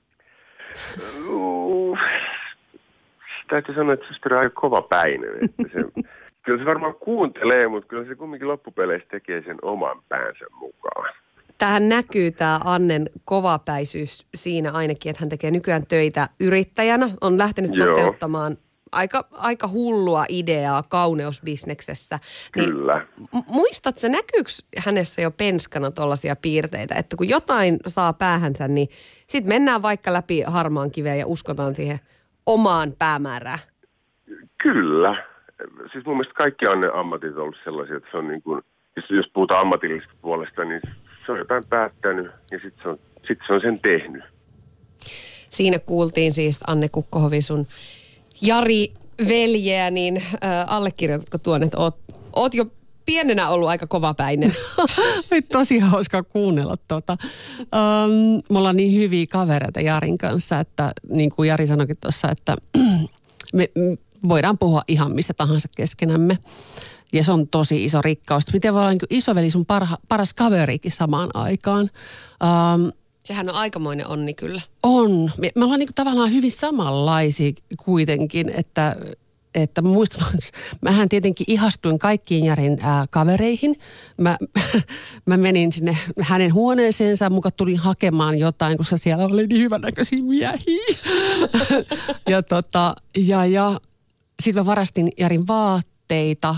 Uh, täytyy sanoa, että systeri on aika kovapäinen. Että se, kyllä se varmaan kuuntelee, mutta kyllä se kumminkin loppupeleissä tekee sen oman päänsä mukaan. Tähän näkyy tämä Annen kovapäisyys siinä ainakin, että hän tekee nykyään töitä yrittäjänä. On lähtenyt Joo. toteuttamaan aika, aika hullua ideaa kauneusbisneksessä. Kyllä. Niin, muistatko, se näkyykö hänessä jo penskana tuollaisia piirteitä, että kun jotain saa päähänsä, niin sitten mennään vaikka läpi harmaan kiveen ja uskotaan siihen omaan päämäärään? Kyllä. Siis mun mielestä kaikki ammatit on ollut sellaisia, että se on niin kuin, jos, jos puhutaan ammatillisesta puolesta, niin se on jotain päättänyt ja sitten se, sit se on sen tehnyt. Siinä kuultiin siis Anne Kukkohovi sun Jari veljeä, niin äh, allekirjoitatko tuon, että oot, oot jo pienenä ollut aika kovapäinen? Tosi hauska kuunnella tuota. Um, me ollaan niin hyviä kavereita Jarin kanssa, että niin kuin Jari sanoikin tuossa, että me voidaan puhua ihan mistä tahansa keskenämme. Ja se on tosi iso rikkaus. Miten voi olla niin kuin isoveli sun parha, paras kaverikin samaan aikaan? Um, Sehän on aikamoinen onni kyllä. On. Me, me ollaan niin kuin tavallaan hyvin samanlaisia kuitenkin, että... Että muistan, mähän tietenkin ihastuin kaikkiin Jarin ää, kavereihin. Mä, mä menin sinne hänen huoneeseensa, muka tulin hakemaan jotain, koska siellä oli niin hyvännäköisiä miehiä. ja tota, ja, ja sitten mä varastin Jarin vaatteita.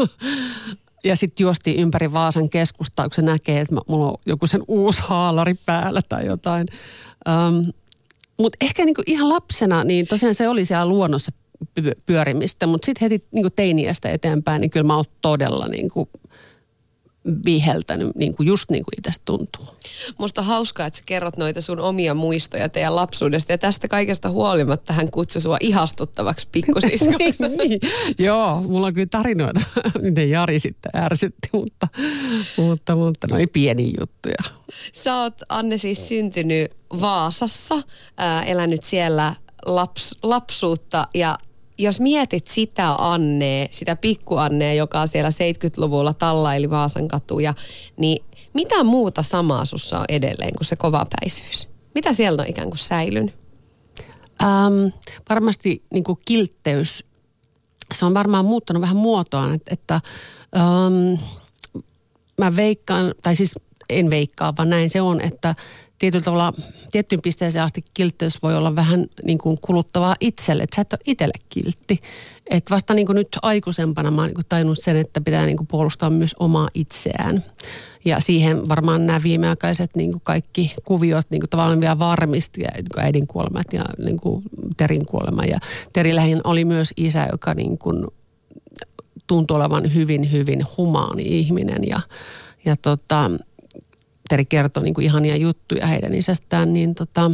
ja sitten juostiin ympäri Vaasan keskustaa, kun se näkee, että mä, mulla on joku sen uusi haalari päällä tai jotain. Um, Mutta ehkä niinku ihan lapsena, niin tosiaan se oli siellä luonnossa pyörimistä, mutta sitten heti niin teiniästä eteenpäin, niin kyllä mä oon todella niin kuin viheltänyt, niin kuin just niin kuin itsestä tuntuu. Musta on hauskaa, että sä kerrot noita sun omia muistoja teidän lapsuudesta, ja tästä kaikesta huolimatta hän kutsui sua ihastuttavaksi pikkusiskoksi. niin, niin. Joo, mulla on kyllä tarinoita, miten Jari sitten ärsytti, mutta, mutta, mutta no ei pieniä juttuja. Sä oot, Anne, siis syntynyt Vaasassa, ää, elänyt siellä laps, lapsuutta, ja jos mietit sitä Annea, sitä pikku Annea, joka siellä seitsemänkymmentäluvulla tallaili Vaasan katuja, niin mitä muuta samaa sussa on edelleen kuin se kovapäisyys? Mitä siellä on ikään kuin säilynyt? Ähm, varmasti niin kuin kiltteys. Se on varmaan muuttanut vähän muotoaan, että, että ähm, mä veikkaan, tai siis en veikkaa, vaan näin se on, että tietyllä tavalla tiettyyn pisteeseen asti kiltteys voi olla vähän niin kuin kuluttavaa itselle, että sä et ole itselle kiltti. Että vasta niin kuin nyt aikuisempana mä oon niin kuin tajunnut sen, että pitää niin kuin puolustaa myös omaa itseään. Ja siihen varmaan nämä viimeaikaiset niin kuin kaikki kuviot niin kuin tavallaan vielä varmisti, ja, niin kuin äidin kuolemat ja niin kuin Terin kuolema. Ja Terillähän oli myös isä, joka niin kuin tuntui olevan hyvin, hyvin humaani ihminen ja, ja tota... Teri kertoi niin kuin ihania juttuja heidän isästään, niin tota,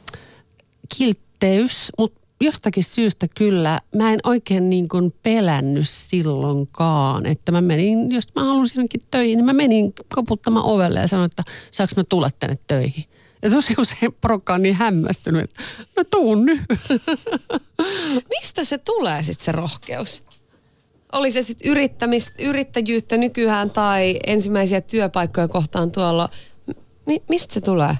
kiltteys, mutta jostakin syystä kyllä mä en oikein niin kuin pelännyt silloinkaan, että mä menin, jos mä halusin johonkin töihin, niin mä menin koputtamaan ovelle ja sanoin, että saanko mä tulla tänne töihin. Ja tosi kun se porukka on niin hämmästynyt, että no tuun nyt. Mistä se tulee sitten se rohkeus? Oli se sitten yrittäjyyttä nykyään tai ensimmäisiä työpaikkoja kohtaan tuolla. Mi- mistä se tulee?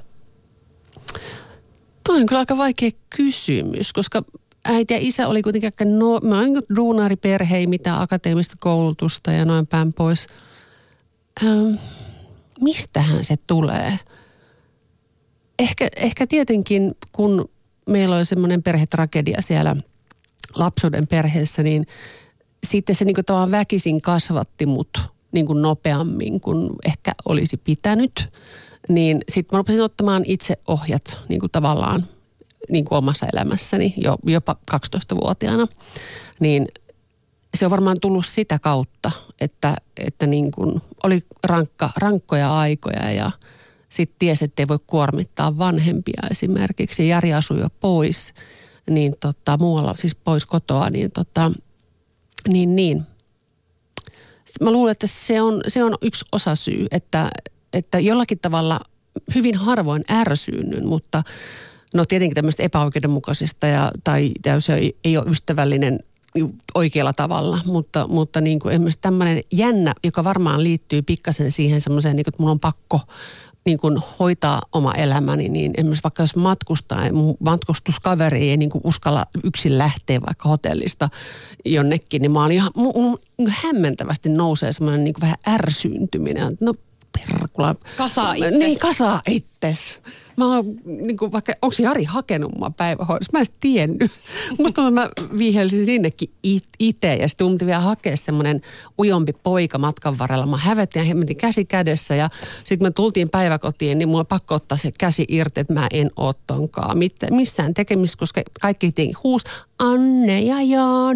Tuo on kyllä aika vaikea kysymys, koska äiti ja isä oli kuitenkin aika, no, mä oon niin duunariperhe, ei mitään akateemista koulutusta ja noin päin pois. Ähm, mistähän se tulee? Ehkä, ehkä tietenkin, kun meillä oli semmoinen perhetragedia siellä lapsuuden perheessä, niin sitten se niin kuin tavallaan väkisin kasvatti mut niin kuin nopeammin kuin ehkä olisi pitänyt. Niin sitten mä rupesin ottamaan itse ohjat niin kuin tavallaan niin kuin omassa elämässäni jo, jopa kaksitoistavuotiaana. Niin se on varmaan tullut sitä kautta, että, että niin kuin oli rankka, rankkoja aikoja ja sitten tiesi, että ei voi kuormittaa vanhempia esimerkiksi. Jari asui jo pois, niin tota, muualla siis pois kotoa, niin tota, Niin, niin. Mä luulen, että se on, se on yksi osasyy, että, että jollakin tavalla hyvin harvoin ärsyynyn, mutta no tietenkin tämmöistä epäoikeudenmukaisista ja, tai se ei, ei ole ystävällinen oikealla tavalla, mutta, mutta niin kuin esimerkiksi tämmöinen jännä, joka varmaan liittyy pikkasen siihen semmoiseen, niin kuin, että mun on pakko niin kuin hoitaa oma elämäni, niin esimerkiksi vaikka jos matkustaa, mun matkustuskaveri ei niin kuin uskalla yksin lähteä vaikka hotellista jonnekin, niin mä oon ihan, mun, mun hämmentävästi nousee semmoinen niin kuin vähän ärsyyntyminen. No perkula. Kasaa itses. Niin, kasaa itses. Mä oon, niin kuin vaikka, onko Jari hakenut mua päivähoidossa? Mä en edes tiennyt. Musta mä vihelsin sinnekin itse ja sitten mun vielä hakea semmoinen ujompi poika matkan varrella. Mä hävetin ja mentiin käsi kädessä ja sitten me tultiin päiväkotiin, niin mulla on pakko ottaa se käsi irti, että mä en oo tonkaan missään tekemistä, koska kaikki tietenkin huus Anne ja Jaani.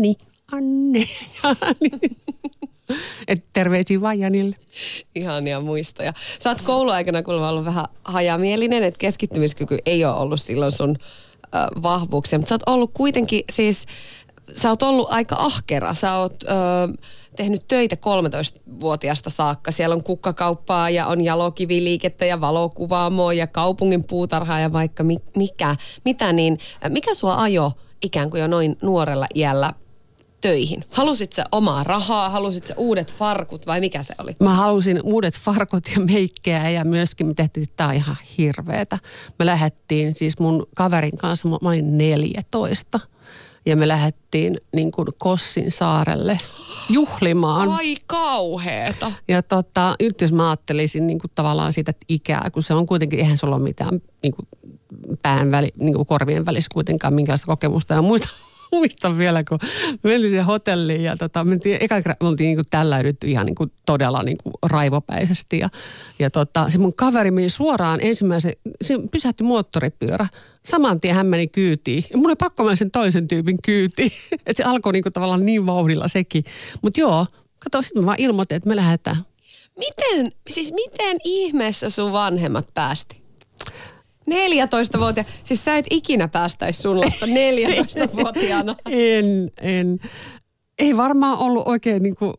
Anne ja Jani. Et terveisiä vaan Janille. Ihania muistoja. Sä oot kouluaikana kuulemma ollut vähän hajamielinen, että keskittymiskyky ei ole ollut silloin sun äh, vahvuuksia. Mutta sä oot ollut kuitenkin siis, sä oot ollut aika ahkera. Sä oot äh, tehnyt töitä kolmetoistavuotiaasta saakka. Siellä on kukkakauppaa ja on jalokiviliikettä ja valokuvaamoa ja kaupungin puutarhaa ja vaikka mikä. Mitä niin, mikä sua ajo ikään kuin jo noin nuorella iällä töihin? Halusit sä omaa rahaa, halusit sä uudet farkut vai mikä se oli? Mä halusin uudet farkut ja meikkejä ja myöskin me tehtiin, tää on ihan hirveetä. Me lähdettiin siis mun kaverin kanssa, mä olin neljätoista ja me lähdettiin niin kuin Kossin saarelle juhlimaan. Ai kauheeta. Ja tota, nyt jos mä ajattelisin niin kuin tavallaan siitä ikää, kun se on kuitenkin, eihän sulla ole mitään niin kuin pään väli, niin kuin korvien välissä kuitenkaan minkälaista kokemusta ja muista. Muistan vielä, kun mentiin siihen hotelliin ja tota, mentiin, eka kerran me oltiin niin kuin tälläydytty ihan niin kuin todella niin kuin raivopäisesti. Ja, ja tota, se mun kaveri meni suoraan ensimmäisen, se pysähtyi moottoripyörä. Saman tien hän meni kyytiin. Ja mun oli pakko mennä sen toisen tyypin kyytiin. Että se alkoi niin kuin tavallaan niin vauhdilla sekin. Mutta joo, kato, sitten mä vaan ilmoitin, että me lähdetään. Miten, siis miten ihmeessä sun vanhemmat päästi? neljätoistavuotiaana. Siis sä et ikinä päästäisi sun lasta neljätoistavuotiaana. En, en. Ei varmaan ollut oikein niin kuin,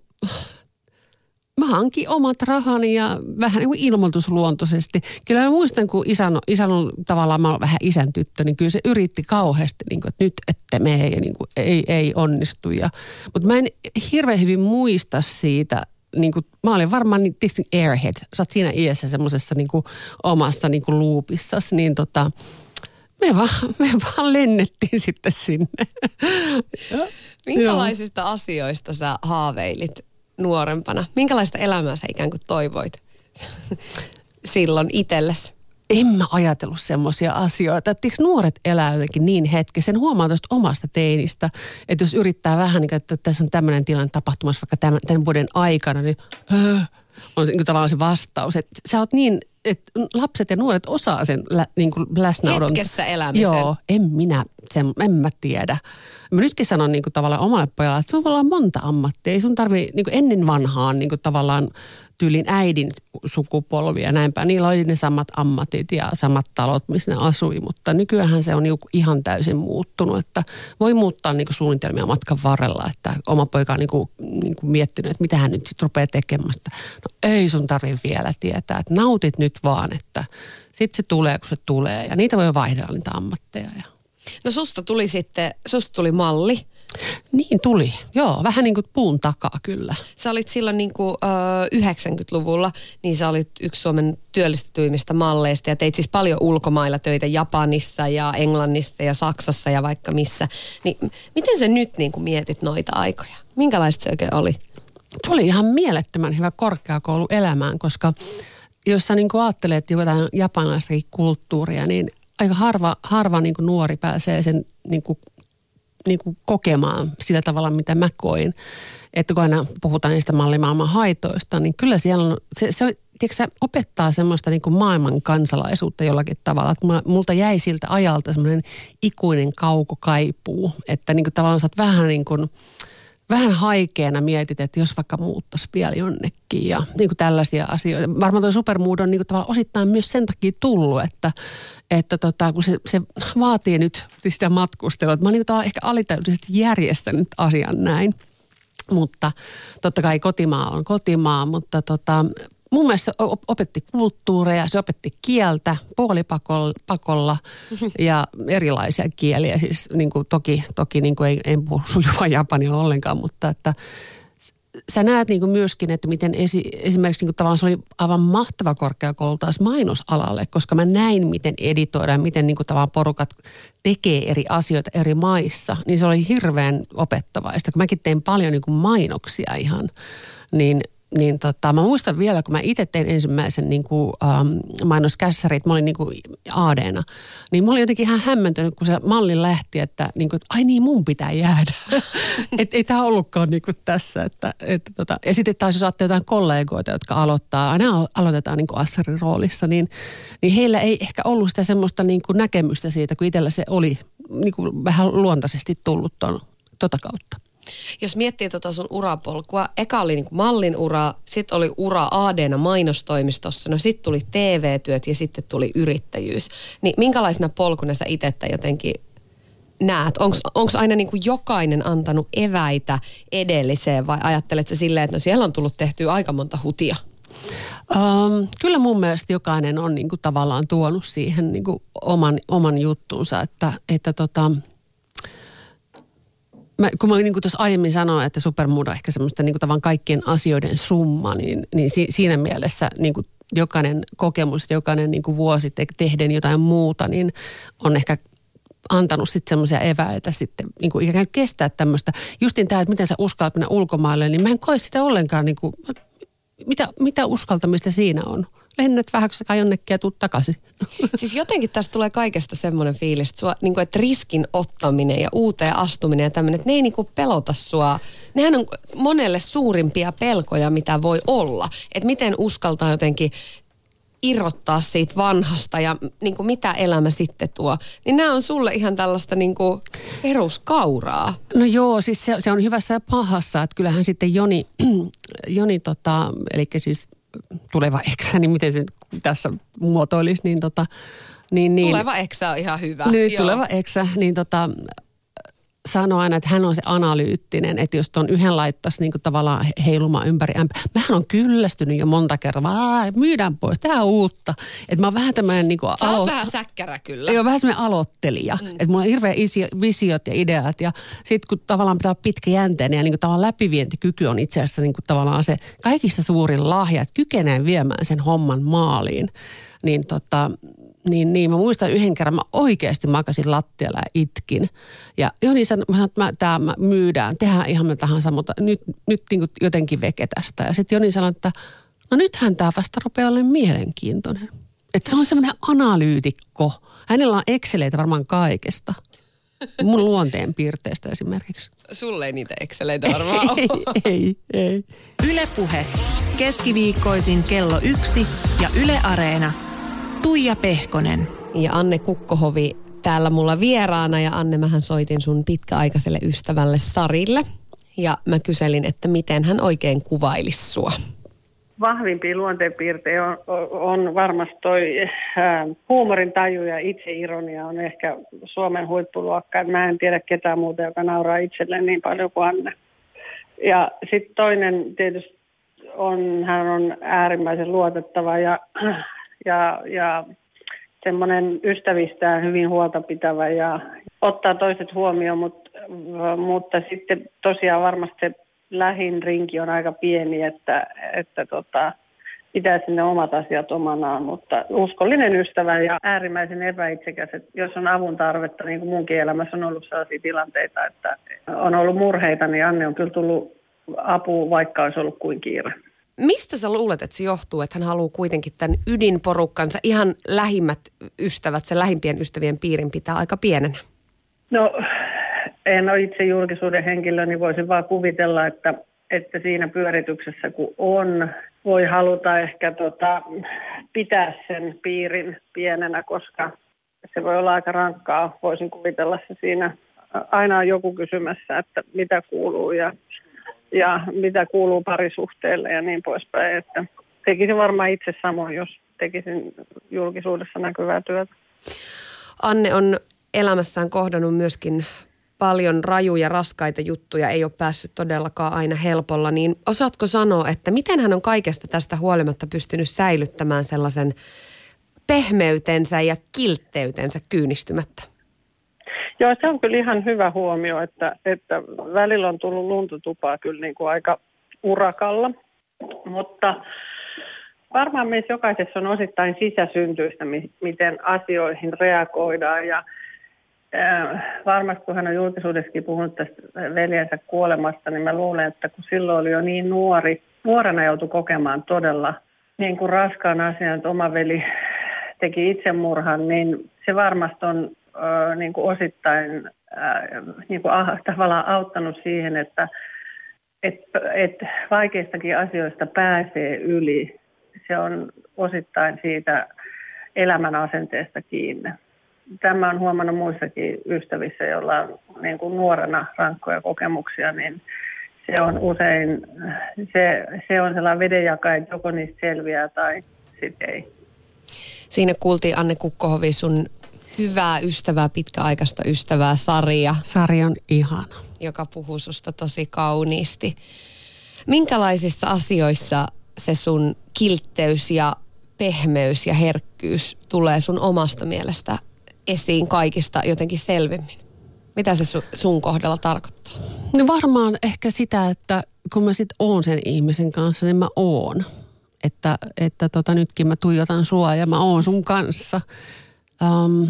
mä hankin omat rahani ja vähän niin kuin ilmoitusluontoisesti. Kyllä mä muistan, kun isän, isän on tavallaan, mä olen vähän isän tyttö, niin kyllä se yritti kauheasti, niin kuin, että nyt ette mene ja niin kuin, ei, ei onnistu. Ja, mutta mä en hirveän hyvin muista siitä. Niin kuin, mä olin varmaan niin, tietysti airhead. Sä oot siinä iässä semmoisessa niin kuin, omassa niin kuin loopissasi, niin tota, me vaan, me vaan lennettiin sitten sinne. Minkälaisista Joo. asioista sä haaveilit nuorempana? Minkälaista elämää sä ikään kuin toivoit silloin itsellesi? En mä ajatellut semmoisia asioita. Että nuoret elää jotenkin niin hetki. Sen huomaa tuosta omasta teinistä, että jos yrittää vähän, niin, että tässä on tämmöinen tilanne tapahtumassa vaikka tämän, tämän vuoden aikana, niin on se, niin tavallaan se vastaus. Että sä oot niin, että lapset ja nuoret osaa sen lä, niin kuin läsnäolon. Hetkessä elämisen. Joo, en minä, sen, en mä tiedä. Mä nytkin sanon niin kuin tavallaan omalle pojalle, että sulla on monta ammattia. Ei sun tarvii niin kuin ennen vanhaan niin kuin tavallaan tyylin äidin sukupolvia ja näinpä. Niillä oli ne samat ammatit ja samat talot, missä ne asui, mutta nykyään se on ihan täysin muuttunut, että voi muuttaa niin kuin suunnitelmia matkan varrella, että oma poika on niin kuin, niin kuin miettinyt, että mitä hän nyt sitten rupeaa tekemään. No ei sun tarvitse vielä tietää, että nautit nyt vaan, että sitten se tulee, kun se tulee ja niitä voi vaihdella niitä ammatteja. Ja. No susta tuli sitten, susta tuli malli. Niin tuli, joo, vähän niin kuin puun takaa kyllä. Sä olit silloin niin kuin ö, yhdeksänkymmentäluvulla, niin sä olit yksi Suomen työllistetyimmistä malleista ja teit siis paljon ulkomailla töitä Japanissa ja Englannissa ja Saksassa ja vaikka missä. Niin miten sä nyt niin kuin mietit noita aikoja? Minkälaista se oikein oli? Se oli ihan mielettömän hyvä korkeakouluelämään, koska jos sä niin kuin ajattelet jotain japanilaistakin kulttuuria, niin aika harva, harva niin kuin nuori pääsee sen niin kuin niin kuin kokemaan sillä tavalla, mitä mä koin. Että kun aina puhutaan niistä mallimaailman haitoista, niin kyllä siellä on, se, se, tiedätkö, se opettaa semmoista niin kuin maailman kansalaisuutta jollakin tavalla. Että multa jäi siltä ajalta semmoinen ikuinen kaukokaipuu, että niin kuin tavallaan sä oot vähän niin kuin, vähän haikeana mietit, että jos vaikka muuttaisi vielä jonnekin ja niin kuin tällaisia asioita. Varmaan tuo Supermood on niin kuin tavallaan osittain myös sen takia tullut, että että tota, kun se, se vaatii nyt sitä matkustelua. Mä olin niin ehkä alitajuisesti järjestänyt asian näin, mutta totta kai kotimaa on kotimaa, mutta tota, mun mielestä se opetti kulttuureja, se opetti kieltä puolipakolla ja erilaisia kieliä. Siis niin kuin toki, toki niin kuin ei, en puhu sujuvaa japania ollenkaan, mutta että sä näet niin kuin myöskin, että miten esi, esimerkiksi niin kuin tavallaan se oli aivan mahtava korkeakoulu taas mainosalalle, koska mä näin, miten editoidaan, miten niin kuin tavallaan porukat tekee eri asioita eri maissa. Niin se oli hirveän opettavaista. Kun mäkin tein paljon niin kuin mainoksia ihan, niin Niin tota, mä muistan vielä, kun mä itse tein ensimmäisen niin kuin, ähm, mainoskässärit, mä olin niin kuin A D:na, niin mä olin jotenkin ihan hämmentynyt, kun se malli lähti, että, niin kuin, että ai niin, mun pitää jäädä. Että ei tää ollutkaan niin kuin tässä. Että, että, tota. Ja sitten taas jos saatte jotain kollegoita, jotka aloittaa, aina aloitetaan niin kuin assarin roolissa, niin, niin heillä ei ehkä ollut sitä semmoista niin kuin näkemystä siitä, kun itsellä se oli niin kuin vähän luontaisesti tullut ton, tota kautta. Jos miettii tota sun urapolkua, eka oli niinku mallin ura, sitten oli ura A D:na mainostoimistossa, no sitten tuli T V-työt ja sitten tuli yrittäjyys. Niin minkälaisena polkuna sä itettä jotenkin näet? Onko aina niinku jokainen antanut eväitä edelliseen vai ajattelet sä silleen, että no siellä on tullut tehtyä aika monta hutia? Um, kyllä mun mielestä jokainen on niinku tavallaan tuonut siihen niinku oman, oman juttuunsa, että, että tota, mä, kun mä niinku tuossa aiemmin sanoin, että Supermood on ehkä semmoista niinku tavan kaikkien asioiden summa, niin, niin si, siinä mielessä niinku jokainen kokemus, jokainen niinku vuosi te, tehden jotain muuta, niin on ehkä antanut sitten semmoisia eväitä sitten niinku ikään kuin kestää tämmöistä. Justin tämä, että miten sä uskallat mennä ulkomaille, niin mä en koe sitä ollenkaan niinku, mitä, mitä uskaltamista siinä on. Lennät vähäksi jonnekin ja tuut takaisin. Siis jotenkin tästä tulee kaikesta semmoinen fiilis, että, sua, niin kuin, että riskin ottaminen ja uuteen astuminen ja tämmöinen, että ne ei niin kuin pelota sua. Nehän on monelle suurimpia pelkoja, mitä voi olla. Että miten uskaltaa jotenkin irrottaa siitä vanhasta ja niin kuin mitä elämä sitten tuo. Niin nämä on sulle ihan tällaista niin kuin peruskauraa. No joo, siis se, se on hyvässä ja pahassa. Että kyllähän sitten Joni, Joni tota, eli siis tuleva eksä, niin miten se tässä muotoilisi, niin tota... Niin, niin, tuleva eksä on ihan hyvä. Niin, tuleva eksä, niin tota... sanoo aina, että hän on se analyyttinen, että jos tuon yhden laittaisi niin kuin tavallaan heilumaan ympäri ämpää. Mähän on kyllästynyt jo monta kertaa, myydään pois, tehdään uutta. Että mä oon vähän tämmöinen niin kuin Sä alo- oot vähän säkkärä kyllä. Joo, vähän semmoinen aloittelija. Mm. Että mulla on hirveä isi- visiot ja ideat ja sitten kun tavallaan pitää olla pitkäjänteinen ja niin kuin tavallaan läpivientikyky on itse asiassa niin kuin tavallaan se kaikista suurin lahja, että kykenee viemään sen homman maaliin. Niin tota... Niin, niin, mä muistan yhden kerran, mä oikeasti makasin lattialla ja itkin. Ja Joni sanoi, että mä, tää mä myydään, tehdään ihan mitä tahansa, mutta nyt, nyt niin kuin jotenkin veke tästä. Ja sitten Joni sanoi, että no nythän tämä vasta rupeaa olemaan mielenkiintoinen. Että se on semmoinen analyytikko. Hänellä on exceleitä varmaan kaikesta. Mun luonteen piirteestä esimerkiksi. Sulle ei niitä exceleitä varmaan ole. ei, ei, ei. Yle Puhe. Keskiviikkoisin kello yksi ja Yle Areena. Tuija Pehkonen. Ja Anne Kukkohovi täällä mulla vieraana ja Anne, mähän soitin sun pitkäaikaiselle ystävälle Sarille. Ja mä kyselin, että miten hän oikein kuvailisi sua. Vahvimpia luonteenpiirteitä on, on varmasti toi äh, huumorin taju ja itseironia on ehkä Suomen huippuluokka. Mä en tiedä ketään muuta, joka nauraa itselleen niin paljon kuin Anne. Ja sitten toinen tietysti on, hän on äärimmäisen luotettava ja Ja, ja semmoinen ystävistään hyvin huolta pitävä ja ottaa toiset huomioon, mutta, mutta sitten tosiaan varmasti se lähin rinki on aika pieni, että, että tota, pitää sinne omat asiat omanaan, mutta uskollinen ystävä ja äärimmäisen epäitsekäs, että jos on avun tarvetta, niin kuin munkin elämässä on ollut sellaisia tilanteita, että on ollut murheita, niin Anne on kyllä tullut apuun, vaikka olisi ollut kuin kiire. Mistä sä luulet, että se johtuu, että hän haluaa kuitenkin tämän ydinporukkansa, ihan lähimmät ystävät, sen lähimpien ystävien piirin pitää aika pienenä? No, en ole itse julkisuuden henkilö, niin voisin vaan kuvitella, että, että siinä pyörityksessä kun on, voi haluta ehkä tota, pitää sen piirin pienenä, koska se voi olla aika rankkaa. Voisin kuvitella se siinä. Aina on joku kysymässä, että mitä kuuluu ja ja mitä kuuluu parisuhteelle ja niin poispäin. Että tekisin varmaan itse samoin, jos tekisin julkisuudessa näkyvää työtä. Anne on elämässään kohdannut myöskin paljon rajuja, raskaita juttuja, ei ole päässyt todellakaan aina helpolla. Niin osaatko sanoa, että miten hän on kaikesta tästä huolimatta pystynyt säilyttämään sellaisen pehmeytensä ja kiltteytensä kyynistymättä? Joo, se on kyllä ihan hyvä huomio, että, että välillä on tullut luntutupaa kyllä niin kuin aika urakalla, mutta varmaan meissä jokaisessa on osittain sisäsyntyistä, miten asioihin reagoidaan ja äh, varmasti kun hän on julkisuudessakin puhunut tästä veljensä kuolemasta, niin mä luulen, että kun silloin oli jo niin nuori, nuorena joutui kokemaan todella niin kuin raskaan asian, että oma veli teki itsemurhan, niin se varmasti on niin kuin osittain niin kuin tavallaan auttanut siihen, että et, et vaikeistakin asioista pääsee yli. Se on osittain siitä elämän asenteesta kiinni. tämä on huomannut muissakin ystävissä, joilla on niin kuin nuorena rankkoja kokemuksia, niin se on usein, se, se on sellainen vedenjakaja, että joko niistä selviää tai sitten ei. Siinä kuultiin Anne Kukkohovi sun hyvää ystävää, pitkäaikaista ystävää Saria. Sari on ihana. Joka puhuu susta tosi kauniisti. Minkälaisissa asioissa se sun kiltteys ja pehmeys ja herkkyys tulee sun omasta mielestä esiin kaikista jotenkin selvemmin? Mitä se su, sun kohdalla tarkoittaa? No varmaan ehkä sitä, että kun mä sit oon sen ihmisen kanssa, niin mä oon. Että, että tota, nytkin mä tuijotan sua ja mä oon sun kanssa. Um,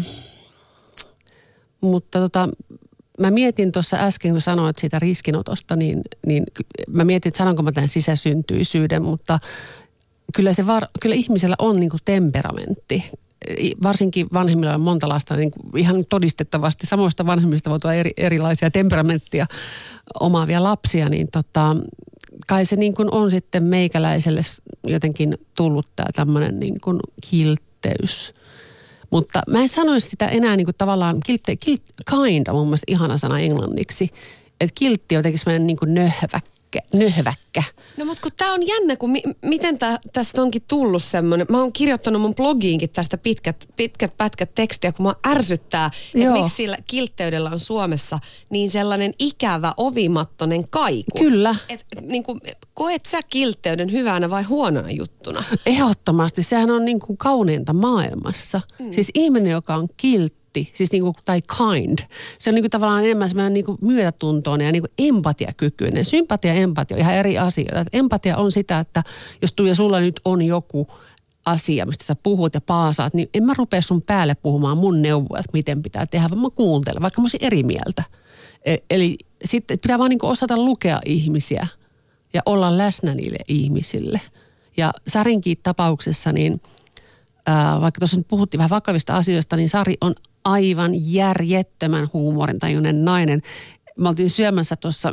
mutta tota, mä mietin tuossa äsken, kun sanoit siitä riskinotosta, niin, niin mä mietin, että sanonko mä tämän sisäsyntyisyyden, mutta kyllä, se var, kyllä ihmisellä on niin kuin temperamentti. Varsinkin vanhemmilla on monta lasta, niin kuin ihan todistettavasti samoista vanhemmista voi tulla eri, erilaisia temperamenttia omaavia lapsia, niin tota, kai se niin kuin on sitten meikäläiselle jotenkin tullut tämä tämmöinen niin kuin kiltteys. Mutta mä en sanoisi sitä enää niin kuin tavallaan, kilte, kilt, kind on mun mielestä ihana sana englanniksi, että kiltti on jotenkin semmoinen niin kuin nöhväkkä. Nöhväkkä. No mutta kun tää on jännä, kun mi- miten tää, tästä onkin tullut semmoinen. Mä oon kirjoittanut mun blogiinkin tästä pitkät, pitkät pätkät tekstiä, kun mä ärsyttää, että miksi sillä kiltteydellä on Suomessa niin sellainen ikävä, ovimattonen kaiku. Kyllä. Et, et, niin kuin, koet sä kiltteyden hyvänä vai huonona juttuna? Ehdottomasti. Sehän on niin kuin kauneinta maailmassa. Mm. Siis ihminen, joka on kiltti. Siis niinku, tai kind. Se on niinku tavallaan enemmän semmoinen niinku myötätuntoinen ja niinku empatiakykyinen. Sympatia ja empatia on ihan eri asioita. Et empatia on sitä, että jos Tuija sulla nyt on joku asia, mistä sä puhut ja paasaat, niin en mä rupea sun päälle puhumaan mun neuvoja, että miten pitää tehdä, vaan mä kuuntelen, vaikka mä olisin eri mieltä. E- eli sitten pitää vaan niinku osata lukea ihmisiä ja olla läsnä niille ihmisille. Ja Sarinkin tapauksessa, niin ää, vaikka tuossa nyt puhuttiin vähän vakavista asioista, niin Sari on aivan järjettömän huumorintajuinen nainen. Me oltiin syömässä tuossa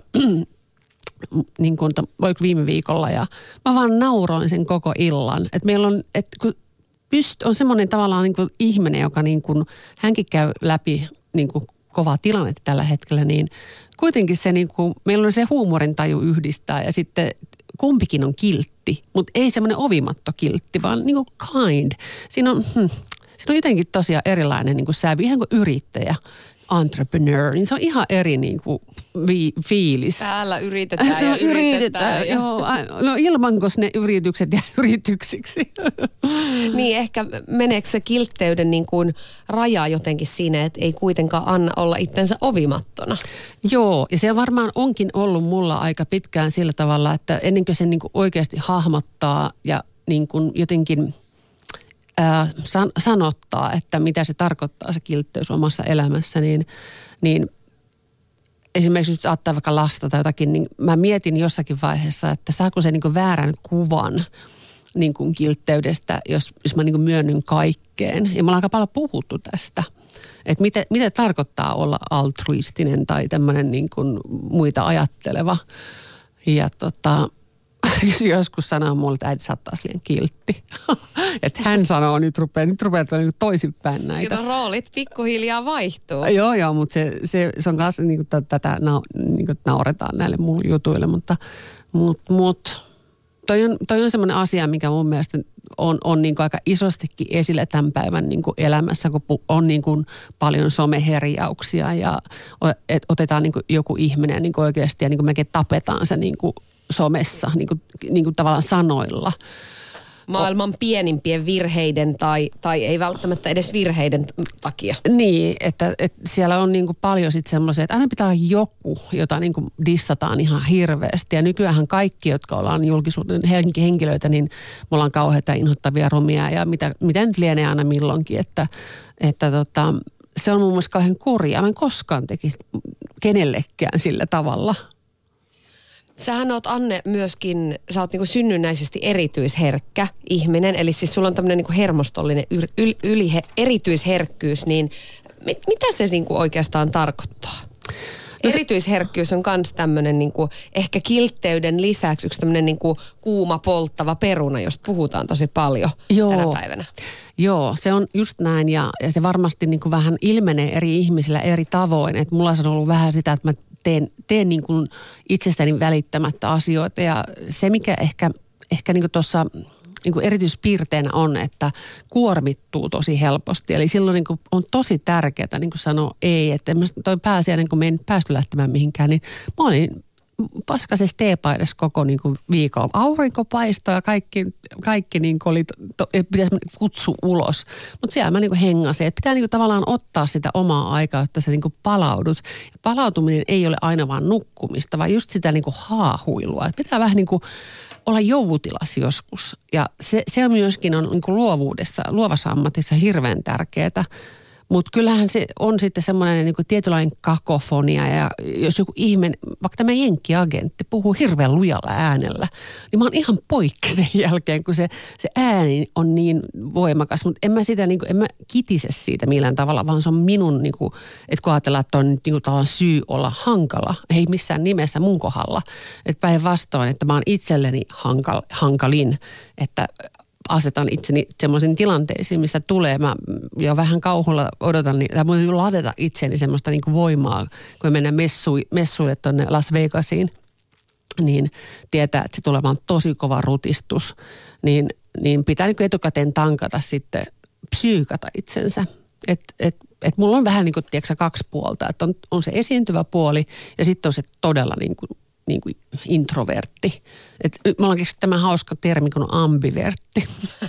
niin kuin viime viikolla ja mä vaan nauroin sen koko illan. Että meillä on, että kun pyst, on semmoinen tavallaan niin kuin ihminen, joka niin kuin, hänkin käy läpi niin kuin kovaa tilannetta tällä hetkellä, niin kuitenkin se niin kuin, meillä on se huumorintaju yhdistää ja sitten kumpikin on kiltti, mutta ei semmoinen ovimatto kiltti, vaan niin kuin kind. Siinä on... Hmm, Se on jotenkin tosiaan erilainen niin kuin sävy, ihan kuin yrittäjä, entrepreneur, niin se on ihan eri niin kuin vi- fiilis. Täällä yritetään ja yritetään. yritetään ja... Joo, no ilmanko ne yritykset ja yrityksiksi. Niin ehkä meneekö se kiltteyden niin kuin raja jotenkin siinä, että ei kuitenkaan anna olla itsensä ovimattona? Joo, ja se varmaan onkin ollut mulla aika pitkään sillä tavalla, että ennen kuin sen niin kuin oikeasti hahmottaa ja niin kuin jotenkin... Ää, san, sanottaa, että mitä se tarkoittaa se kiltteys omassa elämässä, niin, niin esimerkiksi jos saattaa vaikka lasta tai jotakin, niin mä mietin jossakin vaiheessa, että saako se niin kuin väärän kuvan niin kuin kiltteydestä, jos, jos mä niin kuin myönnyn kaikkeen. Ja me ollaan aika paljon puhuttu tästä, että mitä, mitä tarkoittaa olla altruistinen tai tämmöinen niin kuin muita ajatteleva. Ja tota... Joskus sanoo mulle, että äiti sä oot taas liian kiltti. Että hän sanoo, nyt rupeaa, nyt rupeaa niin toisinpäin näitä. Joten roolit pikkuhiljaa vaihtuu. Joo, joo, mutta se, se, se on kanssa, niin kuin tätä niin kuin nauretaan näille mun jutuille, mutta mut, mut, toi on, toi on semmoinen asia, mikä mun mielestä on, on niin kuin aika isostikin esille tämän päivän niin kuin elämässä, kun on niin kuin paljon someherjauksia ja et otetaan niin kuin joku ihminen niin kuin oikeasti ja niin kuin mekin tapetaan se niin kuin somessa niin kuin, niin kuin tavallaan sanoilla. Maailman pienimpien virheiden tai, tai ei välttämättä edes virheiden takia. Niin, että, että siellä on niin kuin paljon sitten semmoisia, että aina pitää olla joku, jota niin kuin dissataan ihan hirveästi. Ja nykyäänhän kaikki, jotka ollaan julkisuuden henkilöitä, niin me ollaan kauheita inhottavia rumia ja mitä, mitä nyt lienee aina milloinkin. Että, että tota, se on mun mielestä kauhean kurjaa. Mä en koskaan tekisi kenellekään sillä tavalla. Sähän oot, Anne, myöskin, sä oot niinku synnynnäisesti erityisherkkä ihminen, eli siis sulla on tämmöinen niinku hermostollinen yl, yl, yli, erityisherkkyys, niin mit, mitä se niinku oikeastaan tarkoittaa? Erityisherkkyys on myös tämmöinen niinku, ehkä kiltteyden lisäksi yksi tämmöinen niinku, kuuma polttava peruna, josta puhutaan tosi paljon Joo. tänä päivänä. Joo, se on just näin ja, ja se varmasti niinku vähän ilmenee eri ihmisillä eri tavoin. Et mulla on ollut vähän sitä, että mä teen, teen niinku itsestäni välittämättä asioita ja se mikä ehkä, ehkä niinku tuossa niinku erityispiirteenä on, että kuormittuu tosi helposti. Eli silloin niinku on tosi tärkeää niinku sanoa ei, että en mä toi pääsiäinen, kun me en päästy lähtemään mihinkään, niin mä olin paskasessa teepaidassa koko niin kuin viikon. Aurinko paistoi ja kaikki, kaikki niin kuin oli, to, pitäisi kutsua ulos. Mutta siellä mä niin kuin hengasin. Että pitää niin kuin tavallaan ottaa sitä omaa aikaa, että sä niin kuin palaudut. Ja palautuminen ei ole aina vaan nukkumista, vaan just sitä niin kuin haahuilua. Että pitää vähän niin kuin olla joutilas joskus. Ja se, se myöskin on niin kuin luovuudessa, luovassa ammatissa hirveän tärkeää. Mutta kyllähän se on sitten semmoinen niin kuin tietynlainen kakofonia ja jos joku ihminen, vaikka tämä jenkkiagentti puhuu hirveän lujalla äänellä, niin mä oon ihan poikki sen jälkeen, kun se, se ääni on niin voimakas. Mutta en mä sitä, niin kuin, en mä kitise siitä millään tavalla, vaan se on minun, niin kuin, että kun ajatellaan, että on niin kuin tavallaan syy olla hankala, ei missään nimessä mun kohdalla. Että päinvastoin, että mä oon itselleni hankal, hankalin, että asetan itseni semmoisiin tilanteisiin, missä tulee. Mä jo vähän kauhulla odotan, niin, tai voin ladeta itseni semmoista niin kuin voimaa, kun mennään messu, messuille tuonne Las Vegasiin, niin tietää, että se tulee vaan tosi kova rutistus. Niin, niin pitää niin kuin etukäteen tankata sitten, psyykata itsensä. Että et, et mulla on vähän niin kuin, tiedätkö, kaksi puolta. Että on, on se esiintyvä puoli ja sitten on se todella niin kuin niin kuin introvertti. Et me ollaan keksitty tämä hauska termi kuin ambivertti.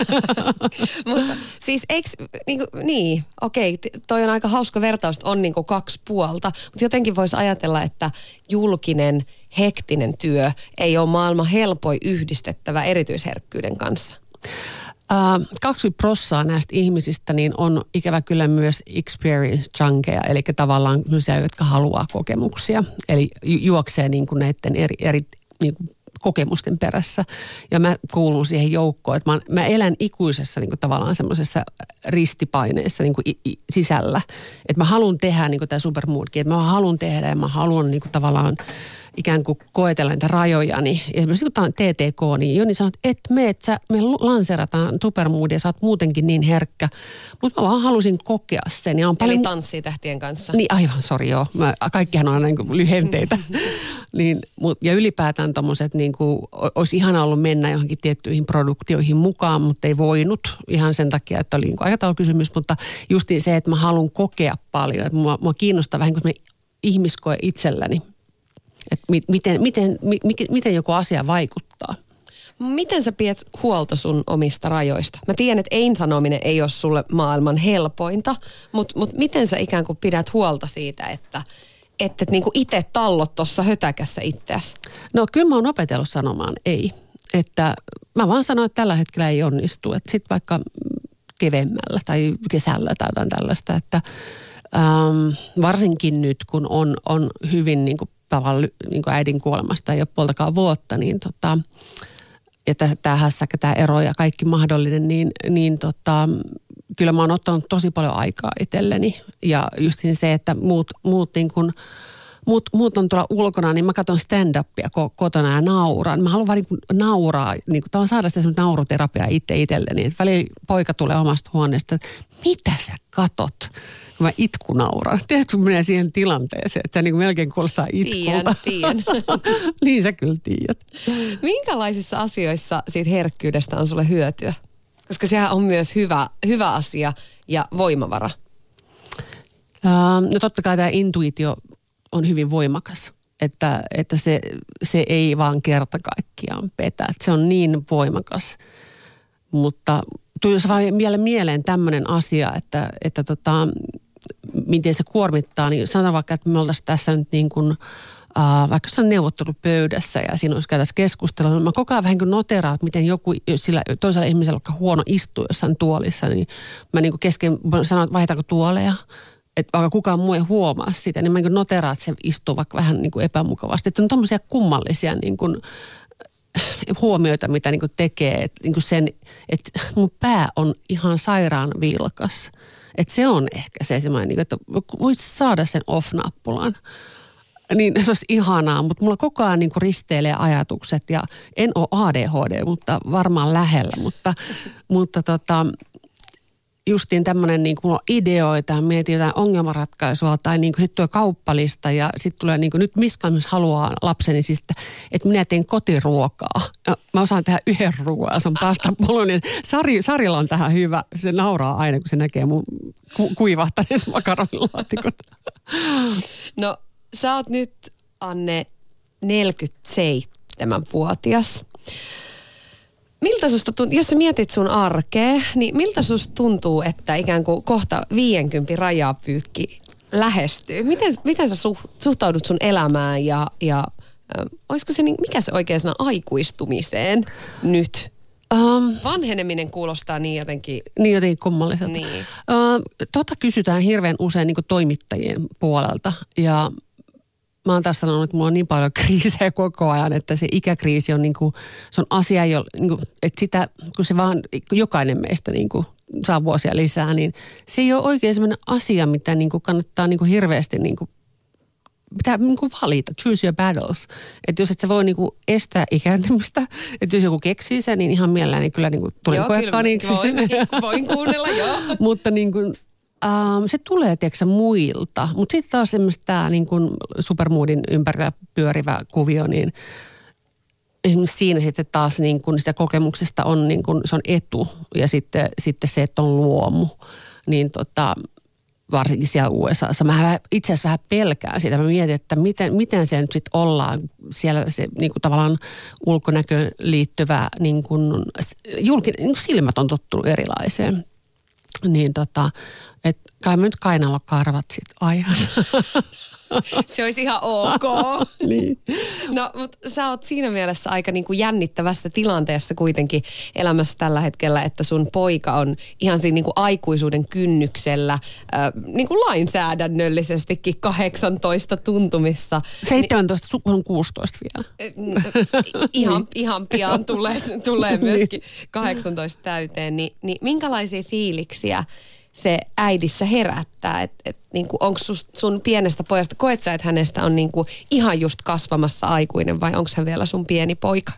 Mutta siis eikö, niin, kuin, niin okei, toi on aika hauska vertaus, on niin kuin kaksi puolta, mutta jotenkin voisi ajatella, että julkinen, hektinen työ ei ole maailman helpoin yhdistettävä erityisherkkyyden kanssa. Uh, kaksikymmentä prosenttia näistä ihmisistä niin on ikävä kyllä myös experience junkeja, eli tavallaan sellaisia, jotka haluaa kokemuksia, eli ju- juoksee niin kuin näiden eri, eri niin kuin kokemusten perässä. Ja mä kuulun siihen joukkoon, että mä, mä elän ikuisessa niin kuin tavallaan semmoisessa ristipaineessa niin kuin i, i, sisällä, että mä haluan tehdä niin kuin tämä supermoodkin, että mä haluan tehdä ja mä haluan niin kuin tavallaan ikään kuin koetella niitä rajojani. Ja esimerkiksi kun tämä on T T K, niin Joni sanoo, että et me, että me lanserataan supermoodia, sä oot muutenkin niin herkkä. Mutta mä vaan halusin kokea sen. Ja on paljon... Eli tanssii tähtien kanssa. Niin aivan, sori joo. Mä, kaikkihan on aina niin kuin lyhenteitä. niin, mut, ja ylipäätään tommoset, niin kuin, olisi ihana ollut mennä johonkin tiettyihin produktioihin mukaan, mutta ei voinut ihan sen takia, että oli niin kuin aikataulukysymys. Mutta just niin se, että mä haluan kokea paljon. Että mua, mua kiinnostaa vähän kuin ihmiskoe itselläni. Että miten, miten, miten, miten joku asia vaikuttaa. Miten sä pidät huolta sun omista rajoista? Mä tiedän, että ei-sanominen ei ole sulle maailman helpointa, mutta mut miten sä ikään kuin pidät huolta siitä, että et, et niinku itse tallot tuossa hötäkässä itseäsi? No kyllä mä oon opetellut sanomaan ei. Että mä vaan sanon, että tällä hetkellä ei onnistu. Että sit vaikka kevemmällä tai kesällä tai jotain tällaista. Että ähm, varsinkin nyt, kun on, on hyvin niin kuin tavallaan niin kuin äidin kuolemasta ei ole puoltakaan vuotta, niin tota, ja tämä hässäkkä, tämä ero ja kaikki mahdollinen, niin, niin tota, kyllä mä oon ottanut tosi paljon aikaa itselleni. Ja just se, että muut, muut, niin kun, muut, muut on tuolla ulkona, niin mä katson stand-upia kotona ja nauraan. Mä haluan vaan niin kuin nauraa, niin kuin tavallaan saada sitä semmoista nauruterapiaa itse itselleni. Että välillä poika tulee omasta huoneesta, että mitä sä katot? Mä itku nauran. Tiedätkö, kun menee siihen tilanteeseen, että se niin melkein kuulostaa itkulta. Tiedän, tiedän. Niin sä kyllä tiedät. Minkälaisissa asioissa siitä herkkyydestä on sulle hyötyä? Koska sehän on myös hyvä, hyvä asia ja voimavara. Uh, no totta kai tämä intuitio on hyvin voimakas. Että, että se, se ei vaan kerta kaikkiaan petä. Että se on niin voimakas. Mutta tuli vaan vielä mieleen tämmöinen asia, että, että tota, miten se kuormittaa. Niin sanotaan vaikka, että me oltaisiin tässä nyt niin kuin, äh, vaikka se on neuvottelupöydässä ja siinä olisi käytäisiin keskustelua. Niin mä koko ajan vähän kuin noteraan, että miten joku sillä toisella ihmisellä, joka huono istuu jossain tuolissa, niin mä niin kuin kesken sanon, että vaihdetaanko tuoleja. Että vaikka kukaan muu ei huomaa sitä, niin mä niin noteraan, että se istuu vaikka vähän niin kuin epämukavasti. Että on tommoisia kummallisia niin kuin huomioita, mitä niin kuin tekee. Että niin kuin sen, että mun pää on ihan sairaan vilkas. Että se on ehkä se semmoinen, että voisi saada sen off-nappulan. Niin se olisi ihanaa, mutta mulla koko ajan niin kuin risteilee ajatukset ja en ole A D H D, mutta varmaan lähellä. Mutta, mutta tota, justiin tämmöinen niin kuin ideoita, mietin jotain ongelmanratkaisua tai niin kuin sitten tulee kauppalista ja sitten tulee niin kuin nyt Miska myös haluaa lapseni siis, että, että minä teen kotiruokaa. Ja mä osaan tehdä yhden ruoan, se on pasta bolognese. Sari, Sarilla on tähän hyvä, se nauraa aina kun se näkee mun ku, kuivahtaneet makaronilaatikot. No sä oot nyt, Anne, neljäkymmentäseitsemänvuotias. Miltä susta tuntuu, jos sä mietit sun arkea, niin miltä susta tuntuu, että ikään kuin kohta viidenkympin rajapyykki lähestyy? Miten, miten sä suhtaudut sun elämään ja, ja äh, olisiko se, mikä se oikein sana aikuistumiseen nyt? Um, Vanheneminen kuulostaa niin jotenkin... Niin jotenkin kummalliselta. Niin. Uh, tota kysytään hirveän usein niin kuin toimittajien puolelta ja mä oon taas sanonut, että mulla on niin paljon kriisejä koko ajan, että se ikäkriisi on, niin kuin, se on asia, jo, niin kuin, että sitä, kun se vaan, kun jokainen meistä niin kuin, saa vuosia lisää, niin se ei ole oikein sellainen asia, mitä niin kuin, kannattaa niin kuin, hirveästi niin kuin, pitää niin kuin, valita, choose your battles. Että jos et sä voi niin kuin, estää ikääntymistä, että jos joku keksii sen, niin ihan mielelläni kyllä niin kuin, tulen koekaniksi. Joo, voin, voin kuunnella, joo. Mutta niin kuin, Um, se tulee, tiedätkö, muilta. Mutta sitten taas semmoista tämä niin kuin supermoodin ympärillä pyörivä kuvio, niin esimerkiksi siinä sitten taas niin kuin sitä kokemuksesta on, niin kuin, se on etu. Ja sitten, sitten se, että on luomu, niin tota, varsinkin siellä U S A:ssa. Mä itse asiassa vähän pelkään sitä. Mä mietin, että miten, miten se nyt sitten ollaan siellä se niin kuin tavallaan ulkonäköön liittyvä niin kuin, julkin, niin kuin silmät on tottunut erilaiseen. Niin tota, että kai mä nyt kainalokarvat sit ajan. Se olisi ihan ok. Niin. No, mutta sä oot siinä mielessä aika niin kuin jännittävässä tilanteessa kuitenkin elämässä tällä hetkellä, että sun poika on ihan siinä niin kuin aikuisuuden kynnyksellä, äh, niin kuin lainsäädännöllisestikin kahdeksantoista tuntumissa. seitsemäntoista, sun on kuusitoista vielä. Ihan, niin. ihan pian tulee, tulee myöskin kahdeksantoista täyteen. Ni, niin minkälaisia fiiliksiä se äidissä herättää, että et, niinku, onko sun pienestä pojasta, koet sä, että hänestä on niinku ihan just kasvamassa aikuinen vai onko hän vielä sun pieni poika?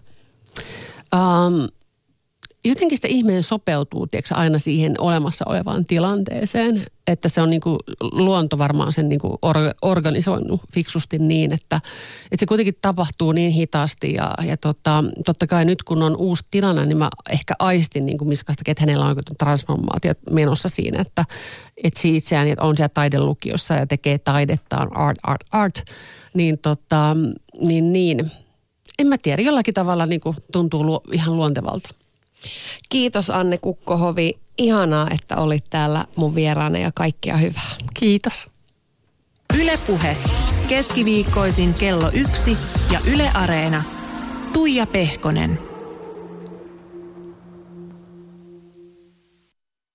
Um, jotenkin sitä ihminen sopeutuu, tiedätkö, aina siihen olemassa olevaan tilanteeseen, että se on niinku luonto varmaan sen niinku or- organisoinut fiksusti niin, että, että se kuitenkin tapahtuu niin hitaasti ja, ja tota, totta kai nyt kun on uusi tilanne, niin mä ehkä aistin niinku Miskastakin, että hänellä on transformaatio menossa siinä, että etsii itseään, että on siellä taidelukiossa ja tekee taidettaan, art, art, art, niin tota, niin niin, en mä tiedä, jollakin tavalla niinku tuntuu lu- ihan luontevalta. Kiitos Anne Kukkohovi. Ihanaa, että olit täällä mun vieraana ja kaikkea hyvää. Kiitos. Yle Puhe. Keskiviikkoisin kello yksi ja Yle Areena. Tuija Pehkonen.